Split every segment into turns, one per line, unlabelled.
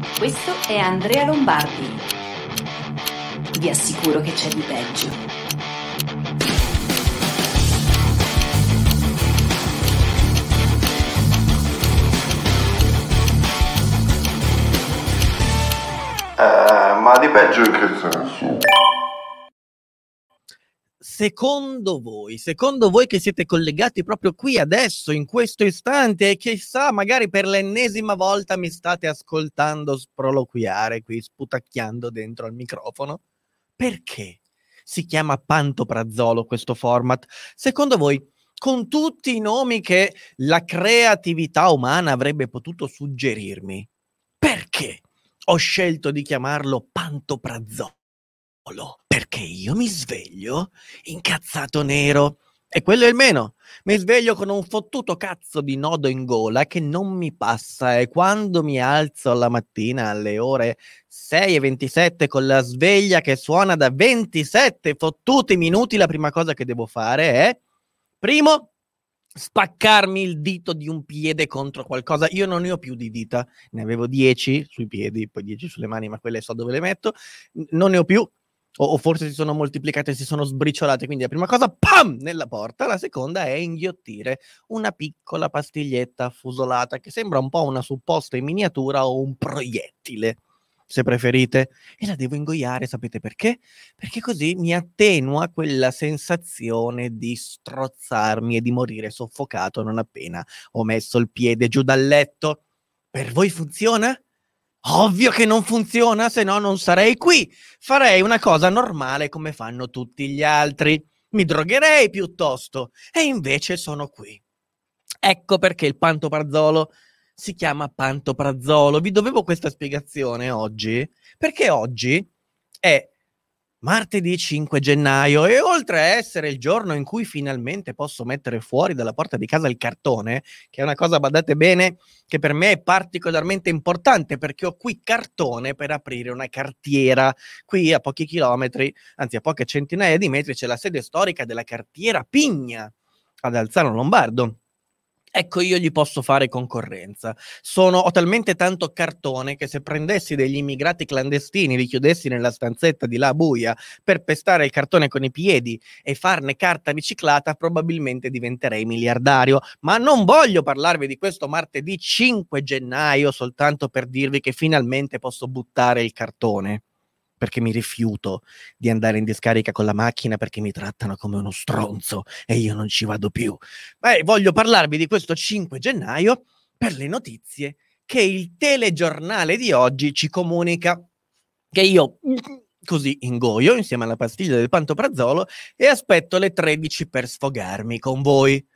Questo è Andrea Lombardi. Vi assicuro che c'è di peggio.
Ma di peggio in che senso?
Secondo voi che siete collegati proprio qui adesso, in questo istante, e chissà, magari per l'ennesima volta mi state ascoltando sproloquiare qui, sputacchiando dentro al microfono, perché si chiama Pantoprazolo questo format? Secondo voi, con tutti i nomi che la creatività umana avrebbe potuto suggerirmi, perché ho scelto di chiamarlo Pantoprazolo? Perché io mi sveglio incazzato nero. E quello è il meno. Mi sveglio con un fottuto cazzo di nodo in gola che non mi passa, e quando mi alzo alla mattina alle ore 6:27 con la sveglia che suona da 27 fottuti minuti, la prima cosa che devo fare è, primo, spaccarmi il dito di un piede contro qualcosa. Io non ne ho più di dita, ne avevo 10 sui piedi, poi 10 sulle mani, ma quelle so dove le metto. Non ne ho più, o forse si sono moltiplicate e si sono sbriciolate, quindi la prima cosa, pam, nella porta. La seconda è inghiottire una piccola pastiglietta affusolata che sembra un po' una supposta in miniatura o un proiettile, se preferite, e la devo ingoiare. Sapete perché? Perché così mi attenua quella sensazione di strozzarmi e di morire soffocato non appena ho messo il piede giù dal letto. Per voi funziona? Ovvio che non funziona, se no non sarei qui. Farei una cosa normale come fanno tutti gli altri. Mi drogherei piuttosto. E invece sono qui. Ecco perché il pantoprazolo si chiama Pantoprazolo. Vi dovevo questa spiegazione oggi, perché oggi è martedì 5 gennaio e oltre a essere il giorno in cui finalmente posso mettere fuori dalla porta di casa il cartone, che è una cosa, badate bene, che per me è particolarmente importante, perché ho qui cartone per aprire una cartiera. Qui a pochi chilometri, anzi a poche centinaia di metri, c'è la sede storica della cartiera Pigna ad Alzano Lombardo. Ecco, io gli posso fare concorrenza. Ho talmente tanto cartone che se prendessi degli immigrati clandestini, li chiudessi nella stanzetta di là buia per pestare il cartone con i piedi e farne carta riciclata, probabilmente diventerei miliardario. Ma non voglio parlarvi di questo martedì 5 gennaio soltanto per dirvi che finalmente posso buttare il cartone, perché mi rifiuto di andare in discarica con la macchina perché mi trattano come uno stronzo e io non ci vado più. Beh, voglio parlarvi di questo 5 gennaio per le notizie che il telegiornale di oggi ci comunica, che io così ingoio insieme alla pastiglia del pantoprazolo e aspetto le 13 per sfogarmi con voi.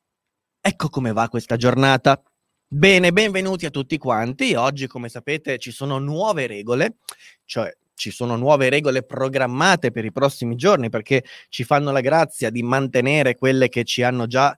Ecco come va questa giornata. Bene, benvenuti a tutti quanti. Oggi, come sapete, ci sono nuove regole, cioè ci sono nuove regole programmate per i prossimi giorni, perché ci fanno la grazia di mantenere quelle che ci hanno già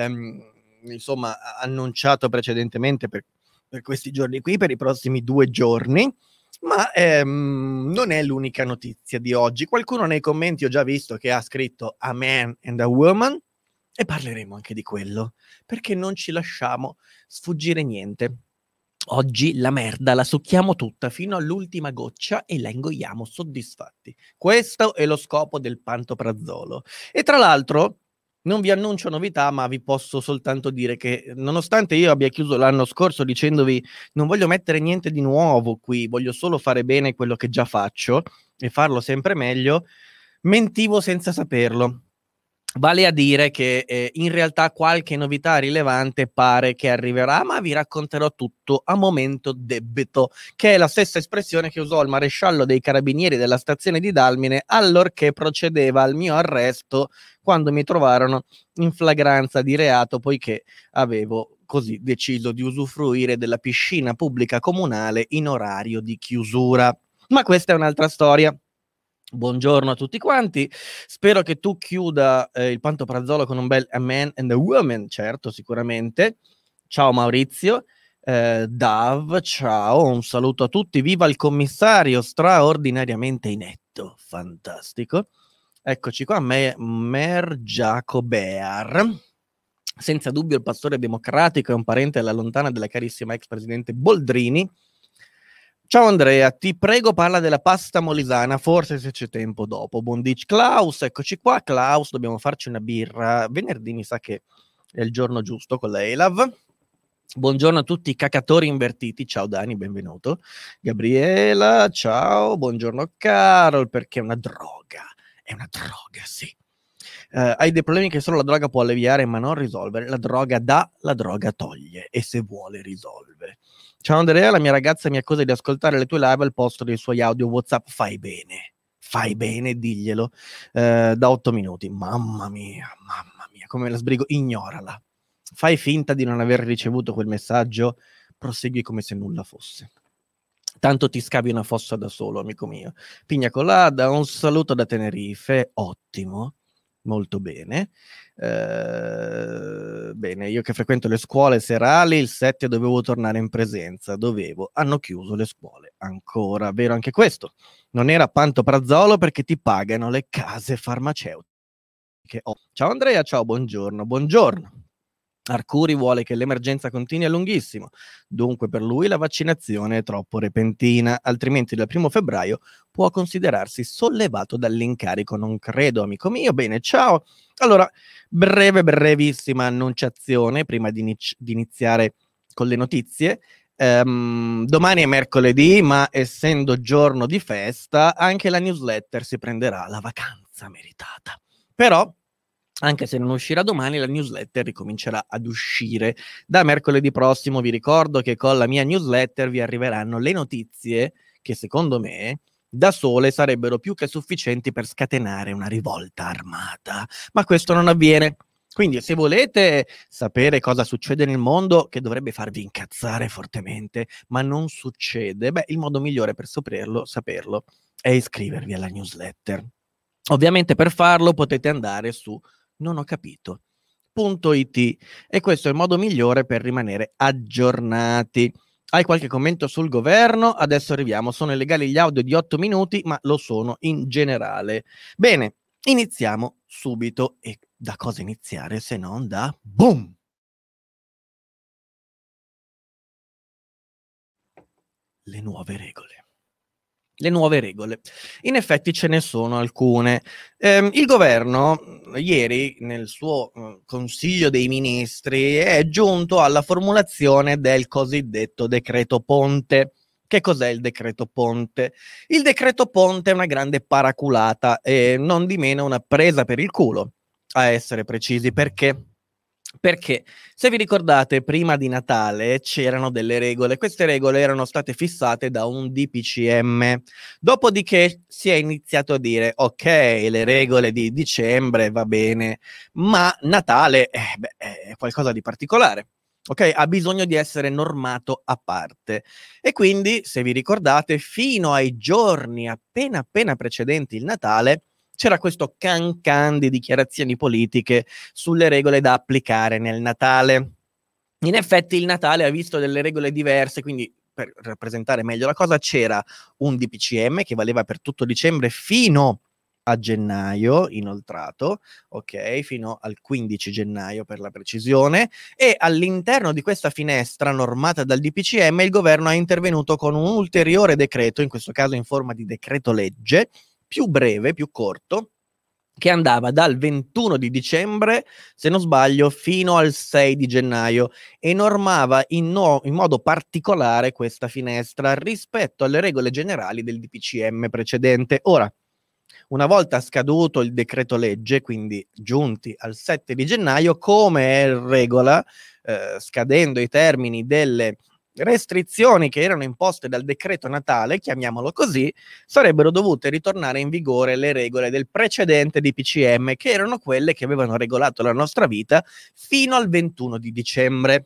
insomma annunciato precedentemente per questi giorni qui, per i prossimi 2 giorni. Ma non è l'unica notizia di oggi. Qualcuno nei commenti ho già visto che ha scritto a man and a woman, e parleremo anche di quello, perché non ci lasciamo sfuggire niente. Oggi la merda la succhiamo tutta fino all'ultima goccia e la ingoiamo soddisfatti. Questo è lo scopo del pantoprazolo. E tra l'altro non vi annuncio novità, ma vi posso soltanto dire che, nonostante io abbia chiuso l'anno scorso dicendovi non voglio mettere niente di nuovo qui, voglio solo fare bene quello che già faccio e farlo sempre meglio, mentivo senza saperlo. Vale a dire che in realtà qualche novità rilevante pare che arriverà, ma vi racconterò tutto a momento debito, che è la stessa espressione che usò il maresciallo dei carabinieri della stazione di Dalmine allorché procedeva al mio arresto quando mi trovarono in flagranza di reato, poiché avevo così deciso di usufruire della piscina pubblica comunale in orario di chiusura. Ma questa è un'altra storia. Buongiorno a tutti quanti, spero che tu chiuda il pantoprazolo con un bel a man and a woman, certo, sicuramente. Ciao Maurizio, Dav, ciao, un saluto a tutti, viva il commissario straordinariamente inetto, fantastico. Eccoci qua, Mer Jacobear. Senza dubbio il pastore democratico è un parente alla lontana della carissima ex presidente Boldrini. Ciao Andrea, ti prego parla della pasta molisana, forse se c'è tempo dopo. Buondic Klaus, eccoci qua. Klaus, dobbiamo farci una birra. Venerdì mi sa che è il giorno giusto con la Elav. Buongiorno a tutti i cacatori invertiti. Ciao Dani, benvenuto. Gabriela, ciao. Buongiorno Carol, perché è una droga, sì. Hai dei problemi che solo la droga può alleviare ma non risolvere. La droga dà, la droga toglie e se vuole risolve. Ciao Andrea, la mia ragazza mi accusa di ascoltare le tue live al posto dei suoi audio WhatsApp. Fai bene, diglielo. Da 8 minuti. Mamma mia, come la sbrigo. Ignorala. Fai finta di non aver ricevuto quel messaggio, prosegui come se nulla fosse. Tanto ti scavi una fossa da solo, amico mio. Pigna colada, un saluto da Tenerife, ottimo, molto bene. Bene, io che frequento le scuole serali, il 7 dovevo tornare in presenza, hanno chiuso le scuole, ancora, vero anche questo. Non era pantoprazolo perché ti pagano le case farmaceutiche. Ciao Andrea, ciao, buongiorno. Arcuri vuole che l'emergenza continui a lunghissimo, dunque per lui la vaccinazione è troppo repentina, altrimenti dal 1 febbraio può considerarsi sollevato dall'incarico. Non credo, amico mio. Bene, ciao. Allora, brevissima annunciazione prima di iniziare con le notizie. Domani è mercoledì, ma essendo giorno di festa, anche la newsletter si prenderà la vacanza meritata. Però, anche se non uscirà domani, la newsletter ricomincerà ad uscire da mercoledì prossimo. Vi ricordo che con la mia newsletter vi arriveranno le notizie che secondo me da sole sarebbero più che sufficienti per scatenare una rivolta armata, ma questo non avviene. Quindi se volete sapere cosa succede nel mondo, che dovrebbe farvi incazzare fortemente, ma non succede, il modo migliore per saperlo è iscrivervi alla newsletter. Ovviamente per farlo potete andare su nonhocapito.it e questo è il modo migliore per rimanere aggiornati. Hai qualche commento sul governo? Adesso arriviamo. Sono illegali gli audio di 8 minuti, ma lo sono in generale. Bene, iniziamo subito. E da cosa iniziare se non da boom? Le nuove regole. In effetti ce ne sono alcune. Il governo ieri nel suo Consiglio dei Ministri è giunto alla formulazione del cosiddetto decreto Ponte. Che cos'è il decreto Ponte? Il decreto Ponte è una grande paraculata e non di meno una presa per il culo, a essere precisi. Perché? Perché se vi ricordate, prima di Natale c'erano delle regole. Queste regole erano state fissate da un DPCM. Dopodiché si è iniziato a dire: ok, le regole di dicembre va bene, ma Natale è qualcosa di particolare. Ok, ha bisogno di essere normato a parte. E quindi, se vi ricordate, fino ai giorni appena precedenti il Natale, c'era questo can di dichiarazioni politiche sulle regole da applicare nel Natale. In effetti il Natale ha visto delle regole diverse, quindi per rappresentare meglio la cosa c'era un DPCM che valeva per tutto dicembre fino a gennaio, inoltrato, ok, fino al 15 gennaio per la precisione, e all'interno di questa finestra normata dal DPCM il governo è intervenuto con un ulteriore decreto, in questo caso in forma di decreto legge, più breve, più corto, che andava dal 21 di dicembre, se non sbaglio, fino al 6 di gennaio e normava in modo particolare questa finestra rispetto alle regole generali del DPCM precedente. Ora, una volta scaduto il decreto legge, quindi giunti al 7 di gennaio, come è regola, scadendo i termini delle restrizioni che erano imposte dal decreto Natale, chiamiamolo così, sarebbero dovute ritornare in vigore le regole del precedente DPCM, che erano quelle che avevano regolato la nostra vita fino al 21 di dicembre.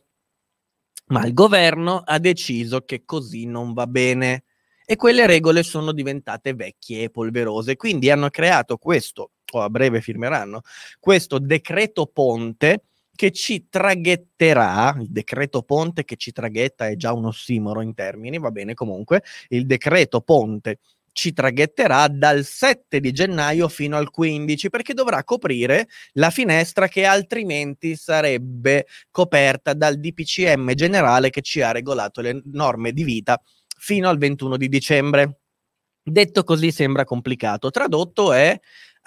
Ma il governo ha deciso che così non va bene e quelle regole sono diventate vecchie e polverose, quindi hanno creato questo, o a breve firmeranno, questo decreto Ponte, che ci traghetterà. Il decreto Ponte che ci traghetta è già un ossimoro in termini, va bene, comunque il decreto Ponte ci traghetterà dal 7 di gennaio fino al 15, perché dovrà coprire la finestra che altrimenti sarebbe coperta dal DPCM generale che ci ha regolato le norme di vita fino al 21 di dicembre. Detto così sembra complicato, tradotto è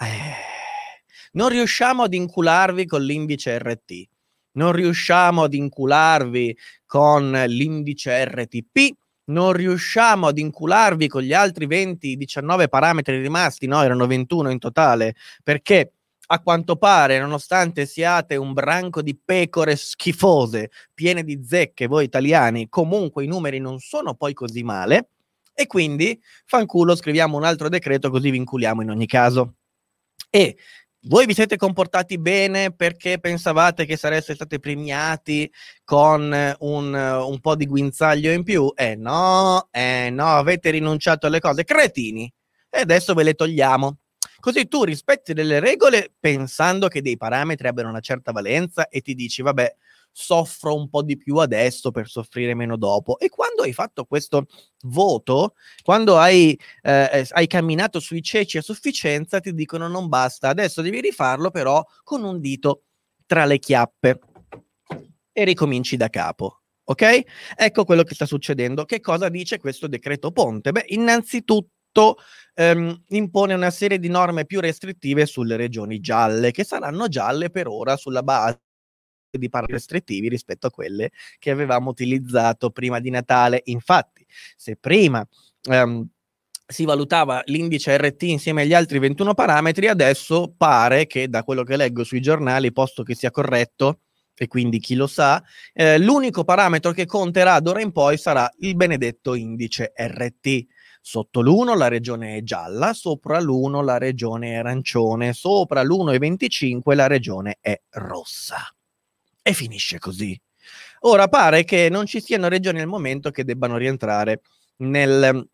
non riusciamo ad incularvi con l'indice RT, non riusciamo ad incularvi con l'indice RTP, non riusciamo ad incularvi con gli altri 19 parametri rimasti, no, erano 21 in totale, perché a quanto pare, nonostante siate un branco di pecore schifose, piene di zecche, voi italiani, comunque i numeri non sono poi così male, e quindi fanculo, scriviamo un altro decreto così vi inculiamo in ogni caso. E voi vi siete comportati bene perché pensavate che sareste stati premiati con un po' di guinzaglio in più? No, avete rinunciato alle cose, cretini, e adesso ve le togliamo. Così tu rispetti delle regole pensando che dei parametri abbiano una certa valenza e ti dici, vabbè, soffro un po' di più adesso per soffrire meno dopo. E quando hai fatto questo voto, quando hai camminato sui ceci a sufficienza, ti dicono non basta, adesso devi rifarlo però con un dito tra le chiappe e ricominci da capo. Ok? Ecco quello che sta succedendo. Che cosa dice questo decreto ponte? Beh, innanzitutto impone una serie di norme più restrittive sulle regioni gialle, che saranno gialle per ora sulla base di parametri restrittivi rispetto a quelle che avevamo utilizzato prima di Natale. Infatti, se prima si valutava l'indice RT insieme agli altri 21 parametri, adesso pare che, da quello che leggo sui giornali, posto che sia corretto, e quindi chi lo sa, l'unico parametro che conterà d'ora in poi sarà il benedetto indice RT. Sotto l'1 la regione è gialla, sopra l'1 la regione è arancione, sopra l'1,25 la regione è rossa. E finisce così. Ora pare che non ci siano regioni al momento che debbano rientrare nelle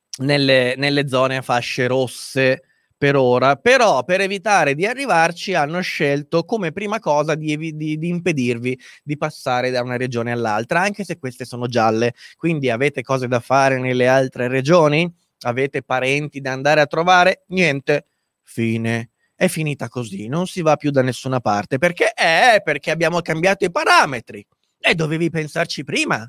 zone a fasce rosse per ora, però per evitare di arrivarci hanno scelto come prima cosa di impedirvi di passare da una regione all'altra, anche se queste sono gialle. Quindi avete cose da fare nelle altre regioni? Avete parenti da andare a trovare? Niente. Fine. È finita così, non si va più da nessuna parte. Perché? Perché abbiamo cambiato i parametri. E dovevi pensarci prima.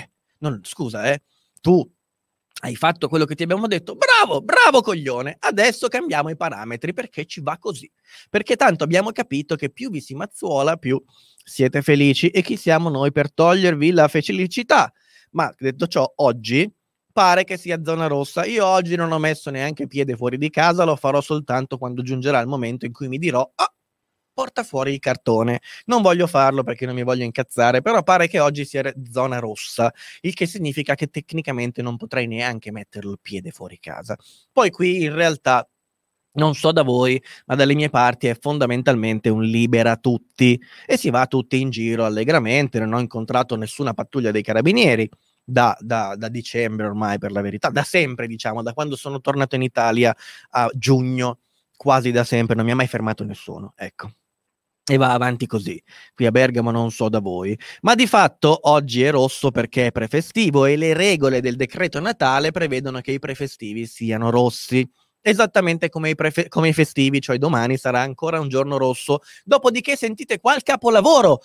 Scusa, tu hai fatto quello che ti abbiamo detto, bravo coglione, adesso cambiamo i parametri perché ci va così, perché tanto abbiamo capito che più vi si mazzuola, più siete felici, e chi siamo noi per togliervi la felicità? Ma detto ciò, oggi pare che sia zona rossa. Io oggi non ho messo neanche piede fuori di casa, lo farò soltanto quando giungerà il momento in cui mi dirò porta fuori il cartone. Non voglio farlo perché non mi voglio incazzare, però pare che oggi sia zona rossa, il che significa che tecnicamente non potrei neanche metterlo il piede fuori casa. Poi qui in realtà non so da voi, ma dalle mie parti è fondamentalmente un libera tutti e si va tutti in giro allegramente. Non ho incontrato nessuna pattuglia dei carabinieri da dicembre ormai, per la verità, da sempre, diciamo, da quando sono tornato in Italia a giugno, quasi da sempre, non mi ha mai fermato nessuno, ecco. E va avanti così. Qui a Bergamo non so da voi, ma di fatto oggi è rosso perché è prefestivo e le regole del decreto Natale prevedono che i prefestivi siano rossi, esattamente come i festivi, cioè domani sarà ancora un giorno rosso. Dopodiché sentite qua il capolavoro,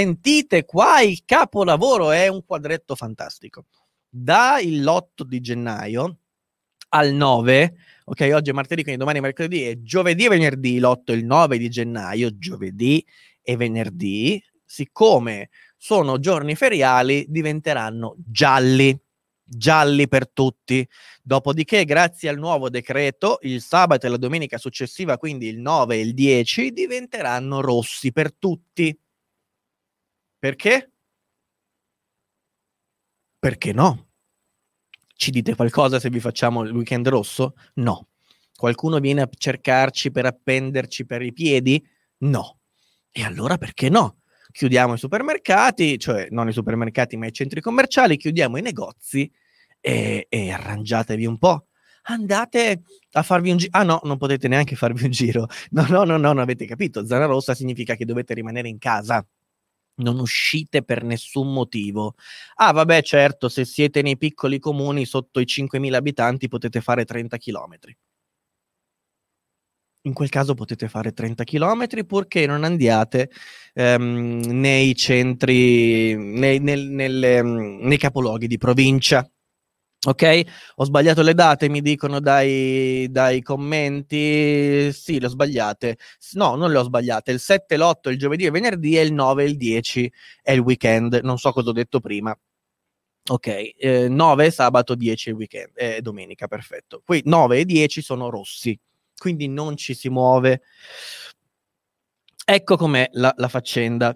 il capolavoro è un quadretto fantastico. Dall'8 di gennaio al 9, ok, oggi è martedì, quindi domani è mercoledì, e giovedì e venerdì, l'8 e il 9 di gennaio, giovedì e venerdì, siccome sono giorni feriali, diventeranno gialli per tutti. Dopodiché, grazie al nuovo decreto, il sabato e la domenica successiva, quindi il 9 e il 10, diventeranno rossi per tutti. Perché? Perché no? Ci dite qualcosa se vi facciamo il weekend rosso? No. Qualcuno viene a cercarci per appenderci per i piedi? No. E allora perché no? Chiudiamo i supermercati, cioè non i supermercati ma i centri commerciali, chiudiamo i negozi e arrangiatevi un po'. Andate a farvi un giro. Ah no, non potete neanche farvi un giro. No, non avete capito. Zona rossa significa che dovete rimanere in casa. Non uscite per nessun motivo. Ah, vabbè, certo, se siete nei piccoli comuni sotto i 5.000 abitanti potete fare 30 chilometri. In quel caso potete fare 30 chilometri purché non andiate nei centri, nei capoluoghi di provincia. Ok? Ho sbagliato le date, mi dicono dai commenti. Sì, le ho sbagliate. No, non le ho sbagliate. Il 7, l'8, il giovedì e il venerdì, e il 9 e il 10 è il weekend. Non so cosa ho detto prima. Ok, 9 sabato, 10 il weekend, domenica, perfetto. Qui 9 e 10 sono rossi, quindi non ci si muove. Ecco com'è la faccenda.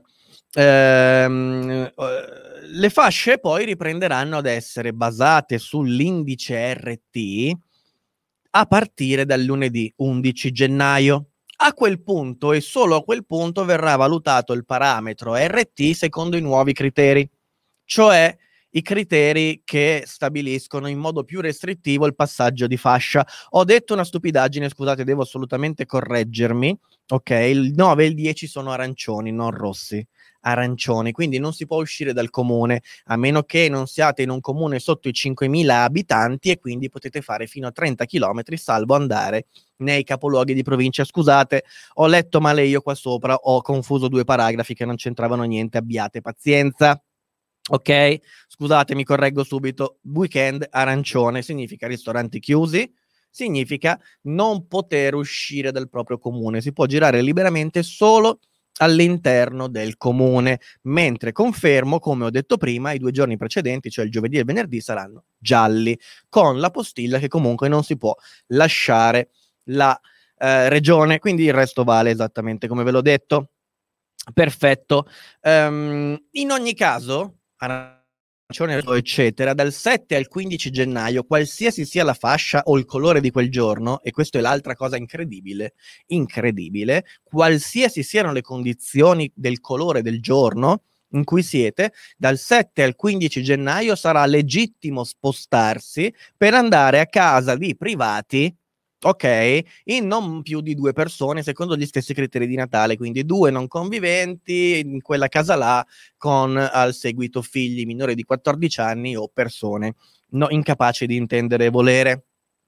Le fasce poi riprenderanno ad essere basate sull'indice RT a partire dal lunedì 11 gennaio. A quel punto e solo a quel punto verrà valutato il parametro RT secondo i nuovi criteri, cioè i criteri che stabiliscono in modo più restrittivo il passaggio di fascia. Ho detto una stupidaggine, scusate, devo assolutamente correggermi. Ok, il 9 e il 10 sono arancioni, non rossi. Arancioni, quindi non si può uscire dal comune a meno che non siate in un comune sotto i 5.000 abitanti e quindi potete fare fino a 30 km salvo andare nei capoluoghi di provincia. Scusate, ho letto male io qua sopra, ho confuso due paragrafi che non c'entravano niente, abbiate pazienza. Ok? Scusate, mi correggo subito. Weekend arancione significa ristoranti chiusi, significa non poter uscire dal proprio comune. Si può girare liberamente solo all'interno del comune, mentre confermo, come ho detto prima, i 2 giorni precedenti, cioè il giovedì e il venerdì, saranno gialli, con la postilla che comunque non si può lasciare la regione, quindi il resto vale esattamente come ve l'ho detto. Perfetto. In ogni caso, arancione eccetera, dal 7 al 15 gennaio, qualsiasi sia la fascia o il colore di quel giorno, e questa è l'altra cosa incredibile, qualsiasi siano le condizioni del colore del giorno in cui siete, dal 7 al 15 gennaio sarà legittimo spostarsi per andare a casa di privati, ok, in non più di 2 persone secondo gli stessi criteri di Natale, quindi 2 non conviventi in quella casa là con al seguito figli minori di 14 anni o persone incapaci di intendere e volere.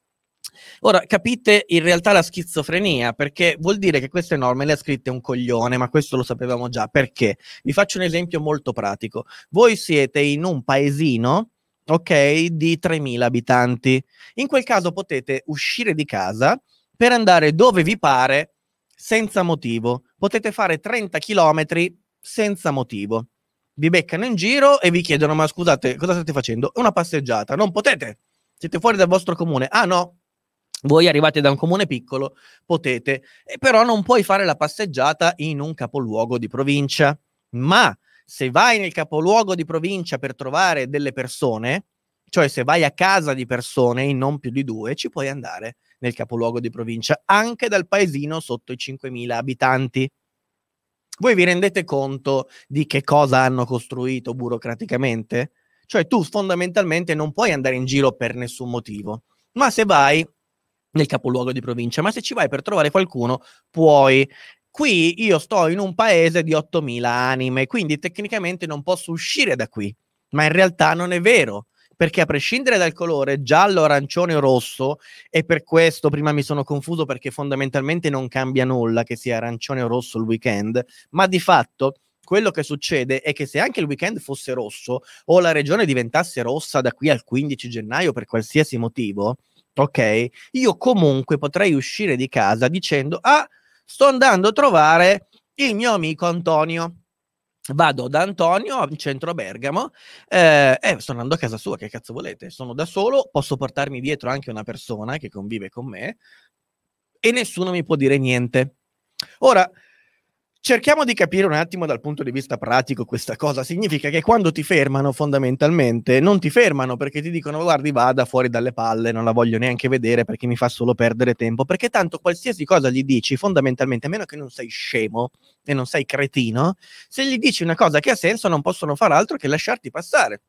Ora, capite in realtà la schizofrenia, perché vuol dire che queste norme le ha scritte un coglione, ma questo lo sapevamo già. Perché? Vi faccio un esempio molto pratico. Voi siete in un paesino, ok, di 3.000 abitanti. In quel caso potete uscire di casa per andare dove vi pare senza motivo. Potete fare 30 chilometri senza motivo. Vi beccano in giro e vi chiedono: ma scusate, cosa state facendo? Una passeggiata. Non potete. Siete fuori dal vostro comune. Ah no, voi arrivate da un comune piccolo, potete, però non puoi fare la passeggiata in un capoluogo di provincia. Ma se vai nel capoluogo di provincia per trovare delle persone, cioè se vai a casa di persone in non più di 2, ci puoi andare nel capoluogo di provincia, anche dal paesino sotto i 5.000 abitanti. Voi vi rendete conto di che cosa hanno costruito burocraticamente? Cioè tu fondamentalmente non puoi andare in giro per nessun motivo, ma se vai nel capoluogo di provincia, ma se ci vai per trovare qualcuno puoi. Qui io sto in un paese di 8.000 anime, quindi tecnicamente non posso uscire da qui, ma in realtà non è vero, perché a prescindere dal colore giallo, arancione o rosso, e per questo prima mi sono confuso perché fondamentalmente non cambia nulla che sia arancione o rosso il weekend, ma di fatto quello che succede è che se anche il weekend fosse rosso o la regione diventasse rossa da qui al 15 gennaio per qualsiasi motivo, ok, io comunque potrei uscire di casa dicendo: ah, sto andando a trovare il mio amico Antonio. Vado da Antonio in centro a Bergamo, sto andando a casa sua, che cazzo volete? Sono da solo, posso portarmi dietro anche una persona che convive con me e nessuno mi può dire niente. Ora, cerchiamo di capire un attimo dal punto di vista pratico questa cosa. Significa che quando ti fermano, fondamentalmente, non ti fermano perché ti dicono: guardi, vada fuori dalle palle, non la voglio neanche vedere perché mi fa solo perdere tempo. Perché tanto qualsiasi cosa gli dici, fondamentalmente, a meno che non sei scemo e non sei cretino, se gli dici una cosa che ha senso, non possono far altro che lasciarti passare.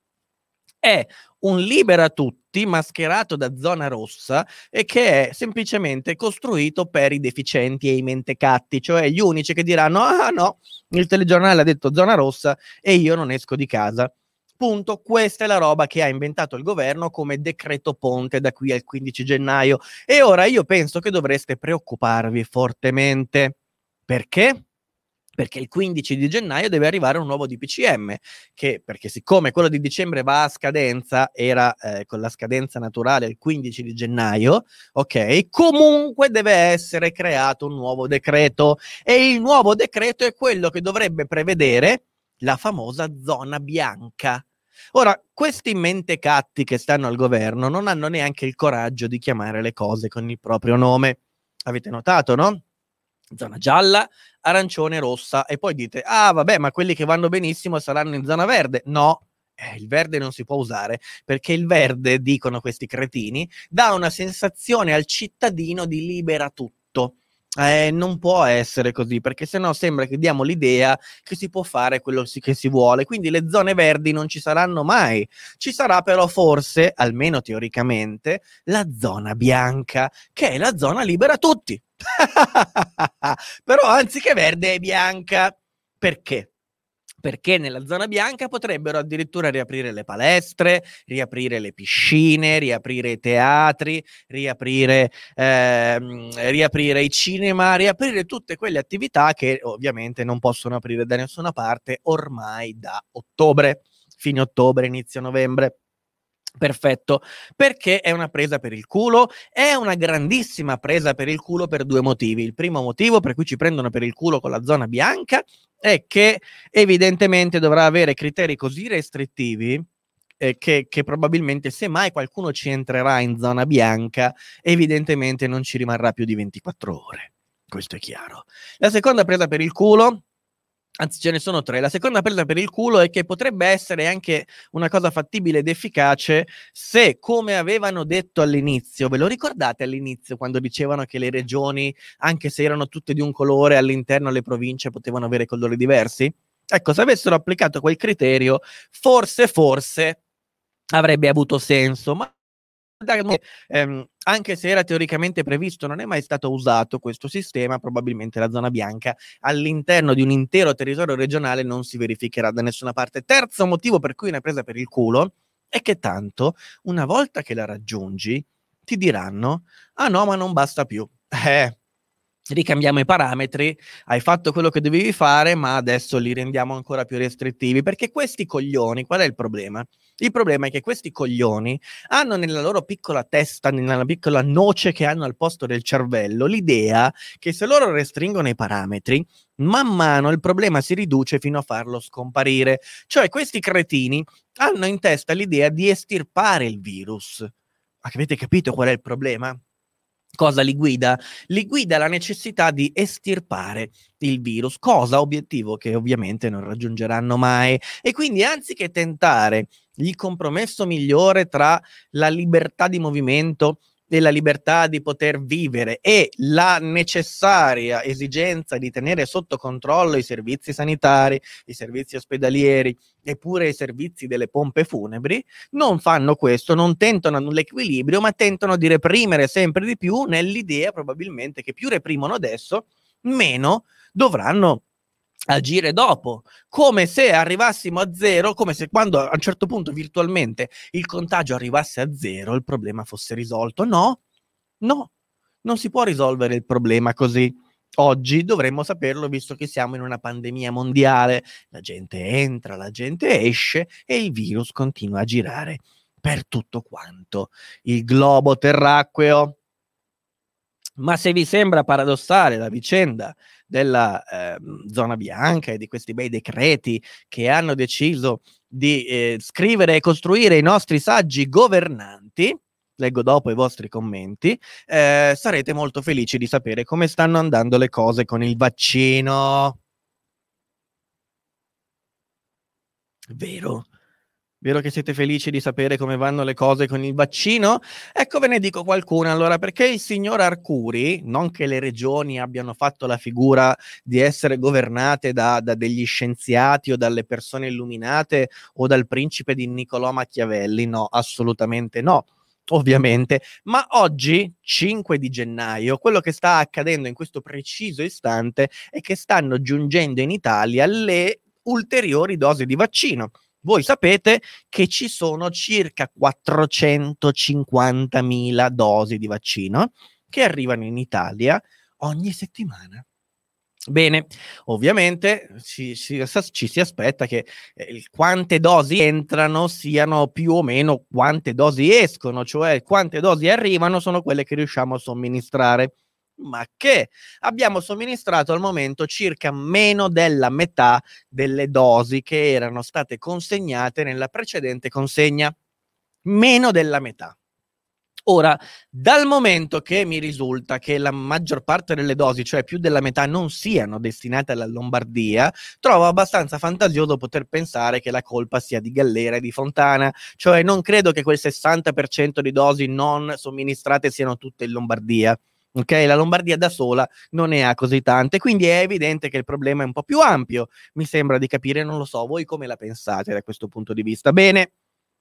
È un libera tutti mascherato da zona rossa e che è semplicemente costruito per i deficienti e i mentecatti, cioè gli unici che diranno: ah no, il telegiornale ha detto zona rossa e io non esco di casa. Punto. Questa è la roba che ha inventato il governo come decreto ponte da qui al 15 gennaio. E ora io penso che dovreste preoccuparvi fortemente. Perché? perché il 15 di gennaio deve arrivare un nuovo DPCM, perché siccome quello di dicembre va a scadenza, era con la scadenza naturale il 15 di gennaio, ok? Comunque deve essere creato un nuovo decreto, e il nuovo decreto è quello che dovrebbe prevedere la famosa zona bianca. Ora, questi mentecatti che stanno al governo non hanno neanche il coraggio di chiamare le cose con il proprio nome. Avete notato, no? Zona gialla, arancione, rossa, e poi dite, ah vabbè, ma quelli che vanno benissimo saranno in zona verde. No, il verde non si può usare, perché il verde, dicono questi cretini, dà una sensazione al cittadino di libera tutto. Non può essere così, perché sennò sembra che diamo l'idea che si può fare quello che si vuole. Quindi le zone verdi non ci saranno mai. Ci sarà però forse, almeno teoricamente, la zona bianca, che è la zona libera tutti. Però anziché verde è bianca. Perché? Perché nella zona bianca potrebbero addirittura riaprire le palestre, riaprire le piscine, riaprire i teatri, riaprire i cinema, riaprire tutte quelle attività che ovviamente non possono aprire da nessuna parte ormai da ottobre, fine ottobre, inizio novembre. Perfetto, perché è una presa per il culo, è una grandissima presa per il culo per due motivi. Il primo motivo per cui ci prendono per il culo con la zona bianca è che evidentemente dovrà avere criteri così restrittivi che probabilmente, se mai qualcuno ci entrerà in zona bianca, evidentemente non ci rimarrà più di 24 ore. Questo è chiaro. La seconda presa per il culo, anzi ce ne sono tre. La seconda presa per il culo è che potrebbe essere anche una cosa fattibile ed efficace se, come avevano detto all'inizio, ve lo ricordate all'inizio quando dicevano che le regioni, anche se erano tutte di un colore, all'interno le province potevano avere colori diversi? Ecco, se avessero applicato quel criterio, forse avrebbe avuto senso, ma anche se era teoricamente previsto, non è mai stato usato questo sistema. Probabilmente la zona bianca all'interno di un intero territorio regionale non si verificherà da nessuna parte. Terzo motivo per cui è una presa per il culo è che tanto una volta che la raggiungi ti diranno, ah no, ma non basta più, ricambiamo i parametri, hai fatto quello che dovevi fare, ma adesso li rendiamo ancora più restrittivi, perché questi coglioni, qual è il problema? Il problema è che questi coglioni hanno nella loro piccola testa, nella piccola noce che hanno al posto del cervello, l'idea che se loro restringono i parametri, man mano il problema si riduce fino a farlo scomparire. Cioè questi cretini hanno in testa l'idea di estirpare il virus. Ma avete capito qual è il problema? Cosa li guida? Li guida la necessità di estirpare il virus, obiettivo che ovviamente non raggiungeranno mai. E quindi, anziché tentare il compromesso migliore tra la libertà di movimento e la libertà di poter vivere e la necessaria esigenza di tenere sotto controllo i servizi sanitari, i servizi ospedalieri e pure i servizi delle pompe funebri, non fanno questo, non tentano l'equilibrio, ma tentano di reprimere sempre di più, nell'idea probabilmente che più reprimono adesso, meno dovranno agire dopo, come se arrivassimo a zero, come se quando a un certo punto virtualmente il contagio arrivasse a zero il problema fosse risolto. No, non si può risolvere il problema così. Oggi dovremmo saperlo, visto che siamo in una pandemia mondiale. La gente entra, la gente esce e il virus continua a girare per tutto quanto il globo terracqueo. Ma se vi sembra paradossale la vicenda della zona bianca e di questi bei decreti che hanno deciso di scrivere e costruire i nostri saggi governanti, leggo dopo i vostri commenti, sarete molto felici di sapere come stanno andando le cose con il vaccino. Vero? Vero che siete felici di sapere come vanno le cose con il vaccino? Ecco, ve ne dico qualcuna allora, perché il signor Arcuri, non che le regioni abbiano fatto la figura di essere governate da degli scienziati o dalle persone illuminate o dal principe di Niccolò Machiavelli, no, assolutamente no. Ovviamente, ma oggi, 5 di gennaio, quello che sta accadendo in questo preciso istante è che stanno giungendo in Italia le ulteriori dosi di vaccino. Voi sapete che ci sono circa 450.000 dosi di vaccino che arrivano in Italia ogni settimana. Bene, ovviamente ci si aspetta che quante dosi entrano siano più o meno quante dosi escono, cioè quante dosi arrivano sono quelle che riusciamo a somministrare. Ma che abbiamo somministrato al momento circa meno della metà delle dosi che erano state consegnate nella precedente consegna. Meno della metà. Ora, dal momento che mi risulta che la maggior parte delle dosi, cioè più della metà, non siano destinate alla Lombardia, trovo abbastanza fantasioso poter pensare che la colpa sia di Gallera e di Fontana. Cioè non credo che quel 60% di dosi non somministrate siano tutte in Lombardia. Ok, la Lombardia da sola non ne ha così tante, quindi è evidente che il problema è un po' più ampio. Mi sembra di capire, non lo so, voi come la pensate da questo punto di vista? Bene.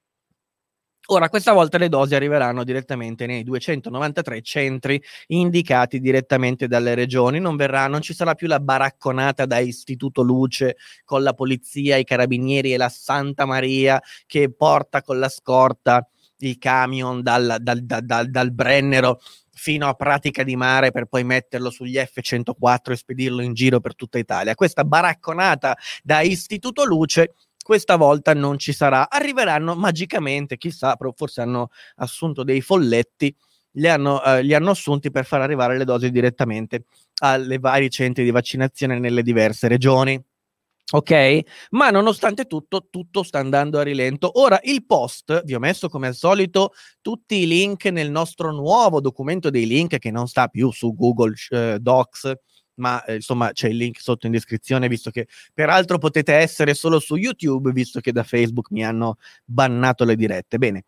Ora, questa volta le dosi arriveranno direttamente nei 293 centri indicati direttamente dalle regioni. Non ci sarà più la baracconata da Istituto Luce con la polizia, i carabinieri e la Santa Maria che porta con la scorta il camion dal Brennero fino a Pratica di Mare per poi metterlo sugli F104 e spedirlo in giro per tutta Italia. Questa baracconata da Istituto Luce questa volta non ci sarà. Arriveranno magicamente, chissà, forse hanno assunto dei folletti, li hanno assunti per far arrivare le dosi direttamente alle vari centri di vaccinazione nelle diverse regioni. Ok? Ma nonostante tutto sta andando a rilento. Ora, il post, vi ho messo come al solito tutti i link nel nostro nuovo documento dei link che non sta più su Google Docs, ma insomma c'è il link sotto in descrizione, visto che peraltro potete essere solo su YouTube, visto che da Facebook mi hanno bannato le dirette. Bene.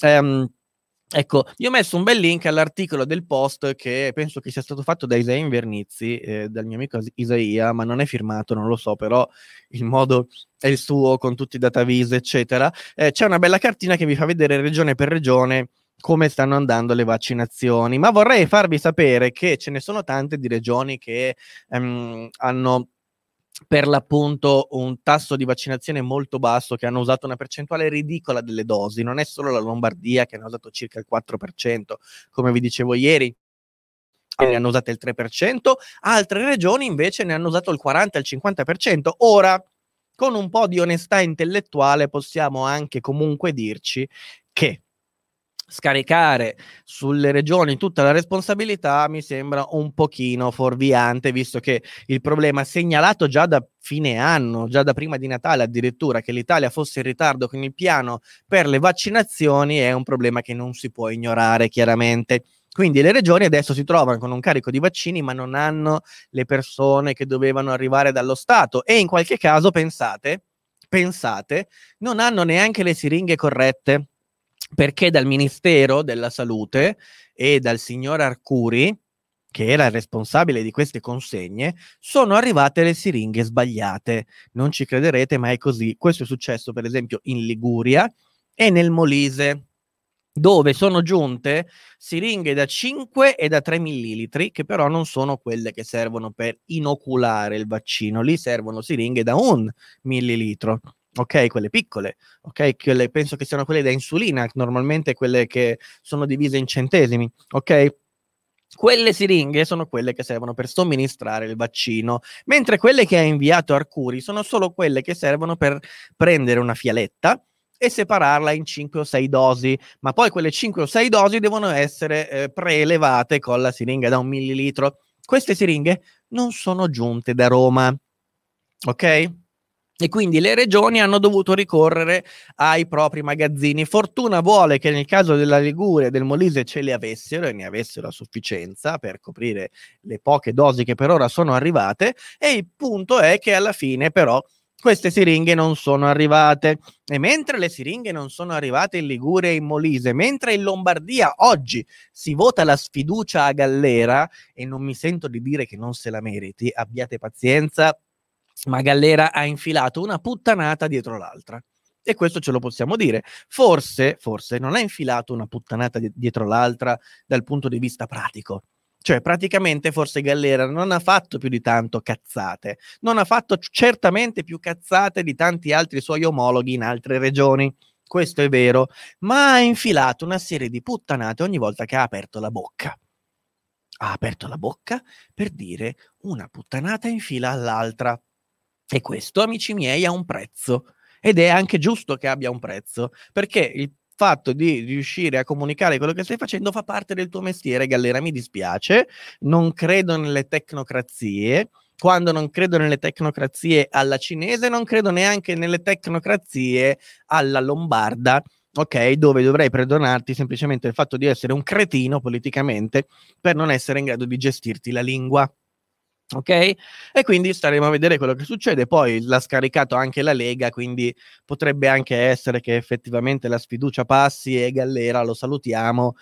Ecco, io ho messo un bel link all'articolo del post che penso che sia stato fatto da Isaia Invernizzi, dal mio amico Isaia, ma non è firmato, non lo so, però il modo è il suo con tutti i datavis, eccetera. C'è una bella cartina che vi fa vedere regione per regione come stanno andando le vaccinazioni, ma vorrei farvi sapere che ce ne sono tante di regioni che hanno per l'appunto un tasso di vaccinazione molto basso, che hanno usato una percentuale ridicola delle dosi. Non è solo la Lombardia che hanno usato circa il 4%, come vi dicevo ieri, ne hanno usate il 3%, altre regioni invece ne hanno usato il 40, il 50%. Ora, con un po' di onestà intellettuale possiamo anche comunque dirci che scaricare sulle regioni tutta la responsabilità mi sembra un pochino fuorviante, visto che il problema segnalato già da fine anno, già da prima di Natale addirittura, che l'Italia fosse in ritardo con il piano per le vaccinazioni, è un problema che non si può ignorare chiaramente. Quindi le regioni adesso si trovano con un carico di vaccini, ma non hanno le persone che dovevano arrivare dallo Stato e in qualche caso, pensate, non hanno neanche le siringhe corrette, perché dal Ministero della Salute e dal signor Arcuri, che era il responsabile di queste consegne, sono arrivate le siringhe sbagliate. Non ci crederete, ma è così. Questo è successo, per esempio, in Liguria e nel Molise, dove sono giunte siringhe da 5 e da 3 millilitri, che però non sono quelle che servono per inoculare il vaccino. Lì servono siringhe da 1 millilitro. Ok, quelle piccole, ok, penso che siano quelle da insulina, normalmente quelle che sono divise in centesimi, ok? Quelle siringhe sono quelle che servono per somministrare il vaccino, mentre quelle che ha inviato Arcuri sono solo quelle che servono per prendere una fialetta e separarla in 5 o 6 dosi, ma poi quelle 5 o 6 dosi devono essere preelevate con la siringa da 1 millilitro. Queste siringhe non sono giunte da Roma, ok? E quindi le regioni hanno dovuto ricorrere ai propri magazzini. Fortuna vuole che nel caso della Liguria e del Molise ce le avessero e ne avessero a sufficienza per coprire le poche dosi che per ora sono arrivate, e il punto è che alla fine però queste siringhe non sono arrivate. E mentre le siringhe non sono arrivate in Liguria e in Molise, mentre in Lombardia oggi si vota la sfiducia a Gallera, e non mi sento di dire che non se la meriti, abbiate pazienza, ma Gallera ha infilato una puttanata dietro l'altra. E questo ce lo possiamo dire. Forse non ha infilato una puttanata dietro l'altra dal punto di vista pratico. Cioè, praticamente forse Gallera non ha fatto più di tanto cazzate. Non ha fatto certamente più cazzate di tanti altri suoi omologhi in altre regioni. Questo è vero. Ma ha infilato una serie di puttanate ogni volta che ha aperto la bocca. ha aperto la bocca per dire una puttanata in fila all'altra. E questo, amici miei, ha un prezzo. Ed è anche giusto che abbia un prezzo, perché il fatto di riuscire a comunicare quello che stai facendo fa parte del tuo mestiere, Gallera. Mi dispiace, non credo nelle tecnocrazie. Quando non credo nelle tecnocrazie alla cinese, non credo neanche nelle tecnocrazie alla lombarda, ok? Dove dovrei perdonarti semplicemente il fatto di essere un cretino politicamente per non essere in grado di gestirti la lingua. Ok? E quindi staremo a vedere quello che succede. Poi l'ha scaricato anche la Lega, quindi potrebbe anche essere che effettivamente la sfiducia passi e Gallera lo salutiamo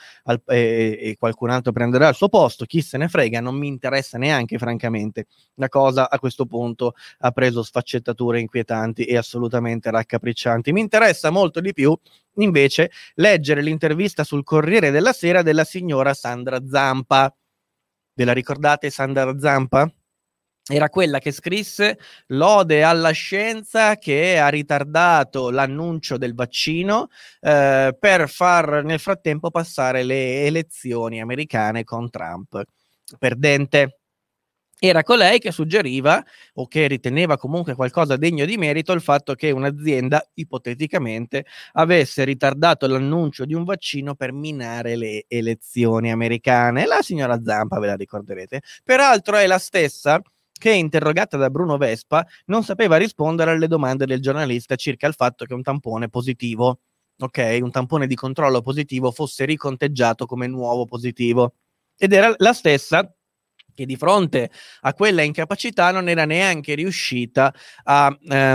e qualcun altro prenderà il suo posto. Chi se ne frega, non mi interessa neanche, francamente. La cosa a questo punto ha preso sfaccettature inquietanti e assolutamente raccapriccianti. Mi interessa molto di più, invece, leggere l'intervista sul Corriere della Sera della signora Sandra Zampa. Ve la ricordate Sandra Zampa? Era quella che scrisse lode alla scienza che ha ritardato l'annuncio del vaccino per far nel frattempo passare le elezioni americane con Trump. Perdente. Era colei che suggeriva o che riteneva comunque qualcosa degno di merito il fatto che un'azienda ipoteticamente avesse ritardato l'annuncio di un vaccino per minare le elezioni americane. La signora Zampa, ve la ricorderete, peraltro è la stessa che, interrogata da Bruno Vespa, non sapeva rispondere alle domande del giornalista circa il fatto che un tampone positivo, ok, un tampone di controllo positivo fosse riconteggiato come nuovo positivo. Ed era la stessa che di fronte a quella incapacità non era neanche riuscita a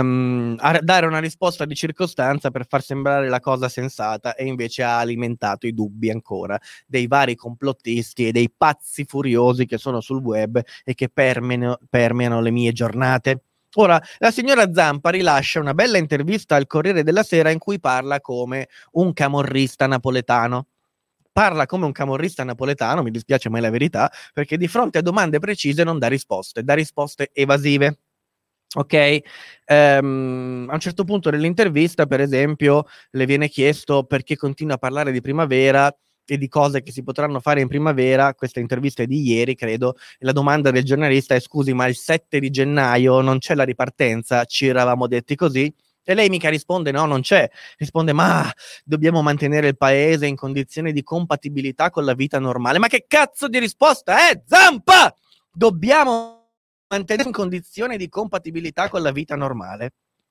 dare una risposta di circostanza per far sembrare la cosa sensata, e invece ha alimentato i dubbi ancora dei vari complottisti e dei pazzi furiosi che sono sul web e che permeano le mie giornate. Ora, la signora Zampa rilascia una bella intervista al Corriere della Sera in cui parla come un camorrista napoletano. Parla come un camorrista napoletano, mi dispiace ma è la verità, perché di fronte a domande precise non dà risposte evasive. Ok? A un certo punto dell'intervista, per esempio, le viene chiesto perché continua a parlare di primavera e di cose che si potranno fare in primavera. Questa intervista è di ieri, credo. E la domanda del giornalista è: scusi, ma il 7 di gennaio non c'è la ripartenza? Ci eravamo detti così? E lei mica risponde no, non c'è. Risponde: ma dobbiamo mantenere il paese in condizioni di compatibilità con la vita normale. Ma che cazzo di risposta è, Zampa? Dobbiamo mantenere in condizioni di compatibilità con la vita normale.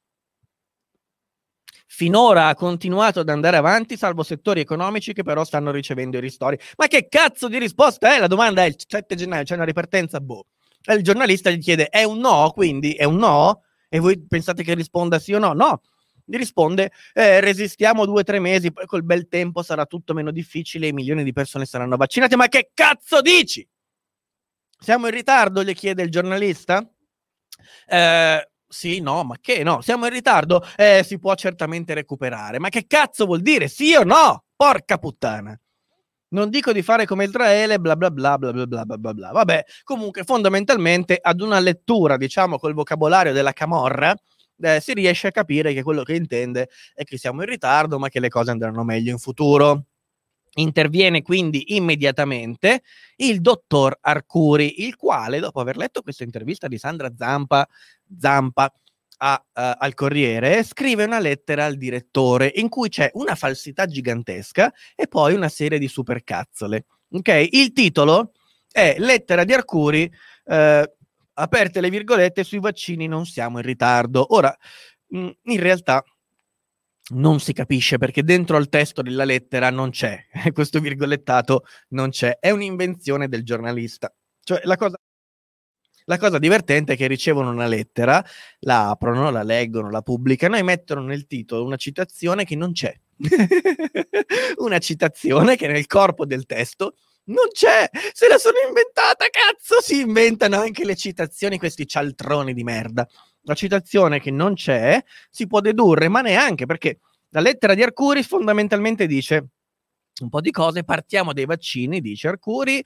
Finora ha continuato ad andare avanti, salvo settori economici che però stanno ricevendo i ristori. Ma che cazzo di risposta è? La domanda è: il 7 gennaio c'è una ripartenza? Boh. E il giornalista gli chiede: è un no? Quindi è un no? E voi pensate che risponda sì o no? No. Gli risponde: resistiamo 2 o 3 mesi, poi col bel tempo sarà tutto meno difficile e milioni di persone saranno vaccinate. Ma che cazzo dici? Siamo in ritardo? Gli chiede il giornalista. Sì, no, ma che no? Siamo in ritardo? Si può certamente recuperare. Ma che cazzo vuol dire? Sì o no? Porca puttana. Non dico di fare come Israele, bla bla bla bla bla bla bla bla. Vabbè, comunque fondamentalmente ad una lettura, diciamo, col vocabolario della camorra, si riesce a capire che quello che intende è che siamo in ritardo, ma che le cose andranno meglio in futuro. Interviene quindi immediatamente il dottor Arcuri, il quale, dopo aver letto questa intervista di Sandra Zampa al Corriere, scrive una lettera al direttore in cui c'è una falsità gigantesca e poi una serie di supercazzole. Ok? Il titolo è Lettera di Arcuri, aperte le virgolette, sui vaccini non siamo in ritardo. Ora, in realtà non si capisce, perché dentro al testo della lettera non c'è questo virgolettato, non c'è, è un'invenzione del giornalista. Cioè la cosa divertente è che ricevono una lettera, la aprono, la leggono, la pubblicano e mettono nel titolo una citazione che non c'è. Una citazione che nel corpo del testo non c'è. Se la sono inventata, cazzo, si inventano anche le citazioni questi cialtroni di merda. La citazione che non c'è si può dedurre, ma neanche, perché la lettera di Arcuri fondamentalmente dice un po' di cose. Partiamo dai vaccini, dice Arcuri.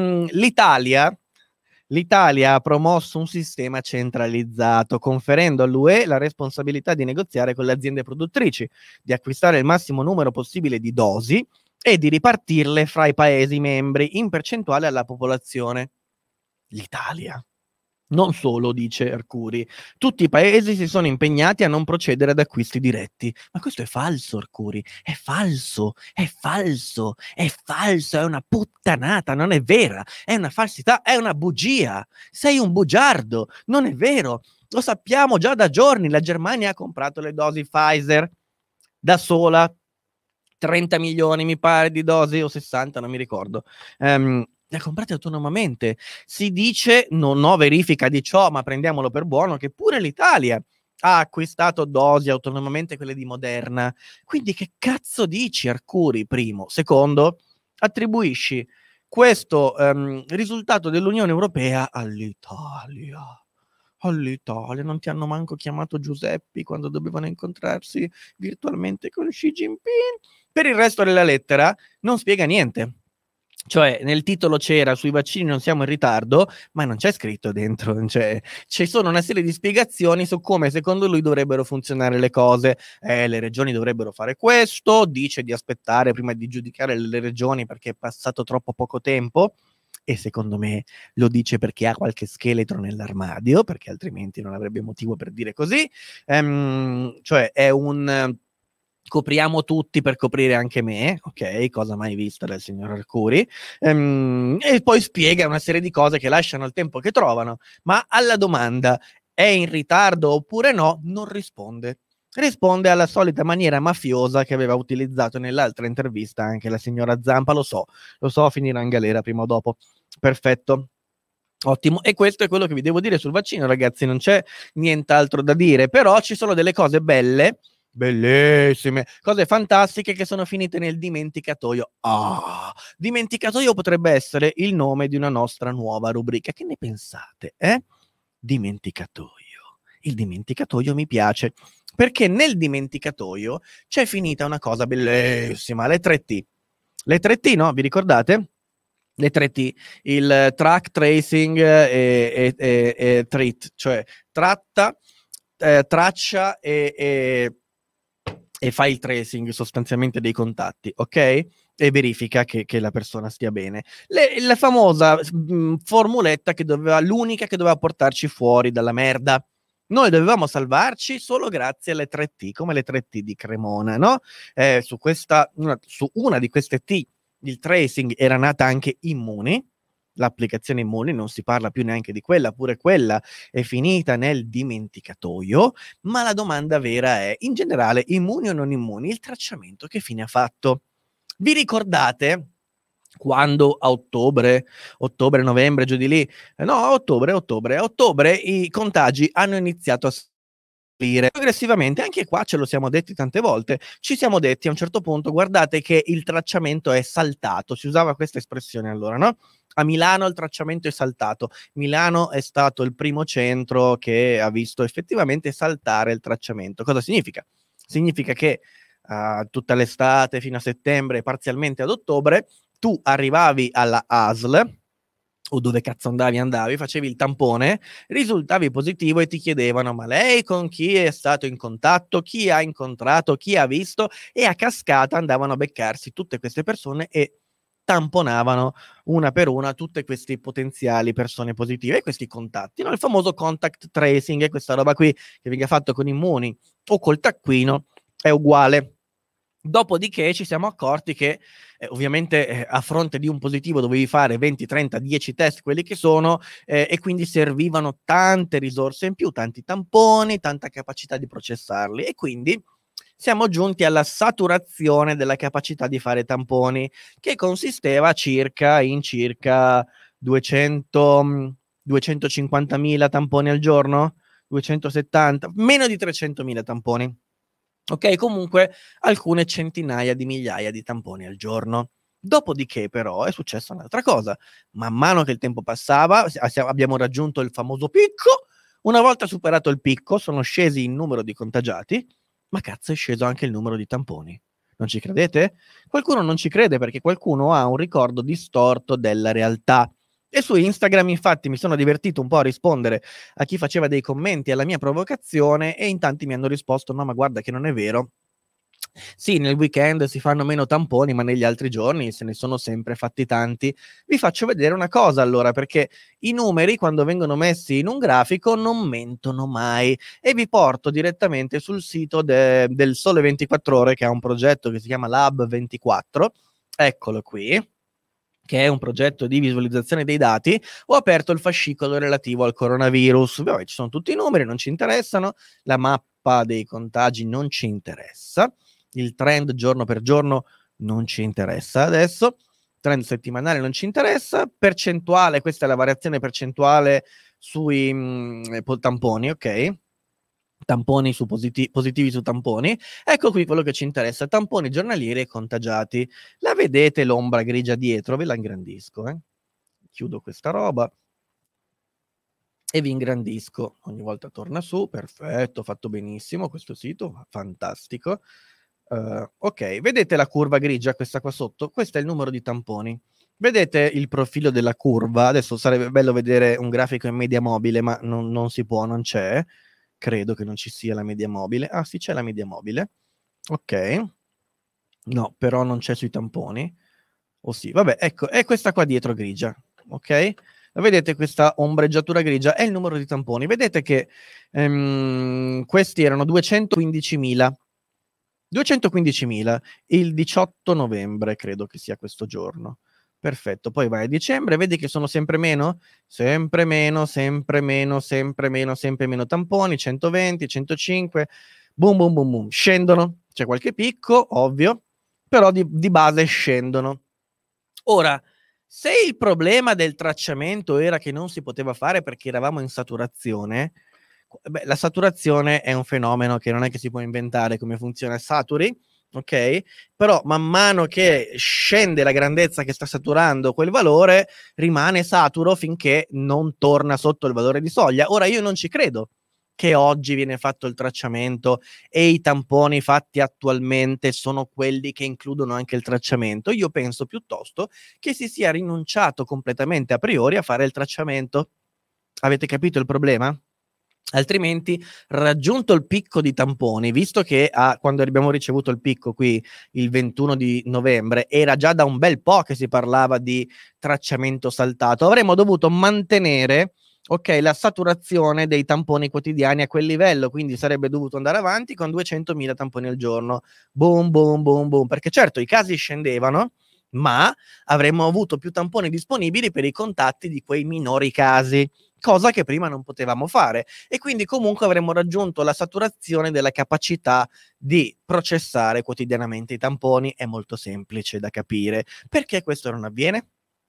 L'Italia ha promosso un sistema centralizzato, conferendo all'UE la responsabilità di negoziare con le aziende produttrici, di acquistare il massimo numero possibile di dosi e di ripartirle fra i paesi membri in percentuale alla popolazione. L'Italia. Non solo, dice Arcuri, tutti i paesi si sono impegnati a non procedere ad acquisti diretti. Ma questo è falso, Arcuri, è falso, è falso, è falso, è una puttanata, non è vera, è una falsità, è una bugia. Sei un bugiardo, non è vero. Lo sappiamo già da giorni, la Germania ha comprato le dosi Pfizer da sola, 30 milioni mi pare di dosi, o 60, non mi ricordo. Le ha comprate autonomamente. Si dice, non ho verifica di ciò, ma prendiamolo per buono, che pure l'Italia ha acquistato dosi autonomamente, quelle di Moderna. Quindi che cazzo dici, Arcuri, primo? Secondo, attribuisci questo risultato dell'Unione Europea all'Italia. All'Italia, non ti hanno manco chiamato Giuseppi quando dovevano incontrarsi virtualmente con Xi Jinping? Per il resto della lettera non spiega niente. Cioè, nel titolo c'era sui vaccini non siamo in ritardo, ma non c'è scritto dentro, cioè, ci sono una serie di spiegazioni su come secondo lui dovrebbero funzionare le cose. Le regioni dovrebbero fare questo, dice di aspettare prima di giudicare le regioni perché è passato troppo poco tempo, e secondo me lo dice perché ha qualche scheletro nell'armadio, perché altrimenti non avrebbe motivo per dire così. Cioè, è un... copriamo tutti per coprire anche me, ok? Cosa mai vista dal signor Arcuri. E poi spiega una serie di cose che lasciano il tempo che trovano, ma alla domanda è in ritardo oppure no, non risponde. Risponde alla solita maniera mafiosa che aveva utilizzato nell'altra intervista anche la signora Zampa. Lo so, finirà in galera prima o dopo. Perfetto. Ottimo, e questo è quello che vi devo dire sul vaccino, ragazzi, non c'è nient'altro da dire, però ci sono delle cose belle, bellissime, cose fantastiche che sono finite nel dimenticatoio. Dimenticatoio potrebbe essere il nome di una nostra nuova rubrica. Che ne pensate, Dimenticatoio. Il dimenticatoio mi piace, perché nel dimenticatoio c'è finita una cosa bellissima, le 3T. Le 3T, no? Vi ricordate? Le 3T, il track, tracing e treat, cioè tratta, traccia e file tracing sostanzialmente dei contatti, ok? E verifica che la persona stia bene. La famosa formuletta l'unica che doveva portarci fuori dalla merda. Noi dovevamo salvarci solo grazie alle 3T, come le 3T di Cremona, no? Su una di queste T, il tracing, era nata anche Immuni, l'applicazione Immuni, non si parla più neanche di quella, pure quella è finita nel dimenticatoio, ma la domanda vera è, in generale, immuni o non immuni, il tracciamento che fine ha fatto? Vi ricordate quando a ottobre, novembre, giù di lì, a ottobre i contagi hanno iniziato a salire progressivamente? Anche qua ce lo siamo detti tante volte, ci siamo detti a un certo punto, guardate che il tracciamento è saltato, si usava questa espressione allora, no? A Milano il tracciamento è saltato. Milano è stato il primo centro che ha visto effettivamente saltare il tracciamento. Cosa significa? Significa che tutta l'estate fino a settembre, parzialmente ad ottobre, tu arrivavi alla ASL o dove cazzo andavi, facevi il tampone, risultavi positivo e ti chiedevano: ma lei con chi è stato in contatto, chi ha incontrato, chi ha visto, e a cascata andavano a beccarsi tutte queste persone e tamponavano una per una tutte queste potenziali persone positive e questi contatti, no? Il famoso contact tracing, è questa roba qui che venga fatto con Immuni o col taccuino, è uguale. Dopodiché ci siamo accorti che ovviamente a fronte di un positivo dovevi fare 20, 30, 10 test, quelli che sono, e quindi servivano tante risorse in più, tanti tamponi, tanta capacità di processarli, e quindi siamo giunti alla saturazione della capacità di fare tamponi, che consisteva in circa 250.000 tamponi al giorno, 270, meno di 300.000 tamponi. Ok, comunque alcune centinaia di migliaia di tamponi al giorno. Dopodiché però è successa un'altra cosa. Man mano che il tempo passava abbiamo raggiunto il famoso picco. Una volta superato il picco sono scesi il numero di contagiati, ma cazzo è sceso anche il numero di tamponi. Non ci credete? Qualcuno non ci crede perché qualcuno ha un ricordo distorto della realtà. E su Instagram infatti mi sono divertito un po' a rispondere a chi faceva dei commenti alla mia provocazione, e in tanti mi hanno risposto: no, ma guarda che non è vero, Sì, nel weekend si fanno meno tamponi, ma negli altri giorni se ne sono sempre fatti tanti. Vi faccio vedere una cosa allora, perché i numeri quando vengono messi in un grafico non mentono mai, e vi porto direttamente sul sito del Sole 24 Ore, che ha un progetto che si chiama Lab 24. Eccolo qui, che è un progetto di visualizzazione dei dati. Ho aperto il fascicolo relativo al coronavirus. Vabbè, ci sono tutti i numeri, non ci interessano, la mappa dei contagi non ci interessa, il trend giorno per giorno non ci interessa adesso, trend settimanale non ci interessa, percentuale, questa è la variazione percentuale sui tamponi, ok? Tamponi su positivi su tamponi. Ecco qui quello che ci interessa: tamponi giornalieri e contagiati. La vedete l'ombra grigia dietro? Ve la ingrandisco, chiudo questa roba e vi ingrandisco. Ogni volta torna su. Perfetto, fatto benissimo questo sito, fantastico. Ok, vedete la curva grigia, questa qua sotto? Questo è il numero di tamponi. Vedete il profilo della curva? Adesso sarebbe bello vedere un grafico in media mobile, ma non si può, non c'è. Credo che non ci sia la media mobile. Ah, sì, c'è la media mobile. Ok. No, però non c'è sui tamponi. Oh sì, vabbè, ecco, è questa qua dietro grigia. Ok? La vedete questa ombreggiatura grigia? È il numero di tamponi. Vedete che questi erano 215.000. 215.000 il 18 novembre, credo che sia questo giorno. Perfetto, poi vai a dicembre, vedi che sono sempre meno, sempre meno, sempre meno, sempre meno, sempre meno tamponi, 120, 105, boom, boom, boom, boom, scendono, c'è qualche picco, ovvio, però di base scendono. Ora, se il problema del tracciamento era che non si poteva fare perché eravamo in saturazione, beh, la saturazione è un fenomeno che non è che si può inventare come funziona, saturi, ok? Però man mano che scende la grandezza che sta saturando quel valore, rimane saturo finché non torna sotto il valore di soglia. Ora io non ci credo che oggi viene fatto il tracciamento e i tamponi fatti attualmente sono quelli che includono anche il tracciamento. Io penso piuttosto che si sia rinunciato completamente a priori a fare il tracciamento. Avete capito il problema? Altrimenti, raggiunto il picco di tamponi, visto che quando abbiamo ricevuto il picco qui il 21 di novembre, era già da un bel po' che si parlava di tracciamento saltato, avremmo dovuto mantenere, ok, la saturazione dei tamponi quotidiani a quel livello, quindi sarebbe dovuto andare avanti con 200.000 tamponi al giorno. Boom, boom, boom, boom, perché certo i casi scendevano, ma avremmo avuto più tamponi disponibili per i contatti di quei minori casi, cosa che prima non potevamo fare, e quindi comunque avremmo raggiunto la saturazione della capacità di processare quotidianamente i tamponi. È molto semplice da capire. Perché questo non avviene?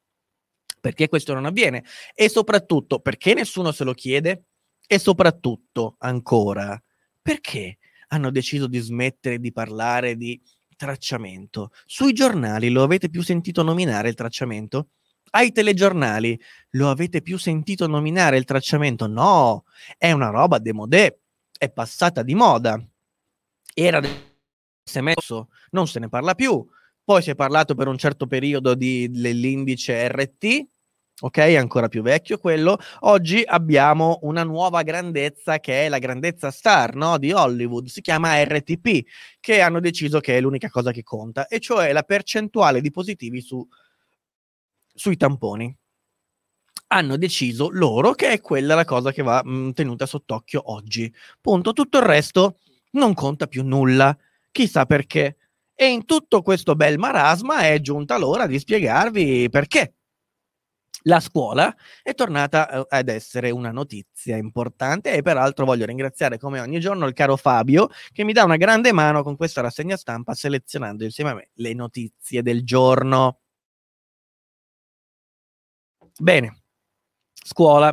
Perché questo non avviene? E soprattutto, perché nessuno se lo chiede? E soprattutto, ancora, perché hanno deciso di smettere di parlare di tracciamento? Sui giornali lo avete più sentito nominare il tracciamento? Ai telegiornali lo avete più sentito nominare il tracciamento? No, è una roba démodé, è passata di moda. Era si è messo, non se ne parla più. Poi si è parlato per un certo periodo dell'indice RT, ok, ancora più vecchio quello. Oggi abbiamo una nuova grandezza che è la grandezza star, no, di Hollywood, si chiama RTP, che hanno deciso che è l'unica cosa che conta, e cioè la percentuale di positivi sui tamponi. Hanno deciso loro che è quella la cosa che va tenuta sott'occhio oggi. Punto. Tutto il resto non conta più nulla. Chissà perché. E in tutto questo bel marasma è giunta l'ora di spiegarvi perché la scuola è tornata ad essere una notizia importante, e peraltro voglio ringraziare come ogni giorno il caro Fabio che mi dà una grande mano con questa rassegna stampa selezionando insieme a me le notizie del giorno. Bene. Scuola,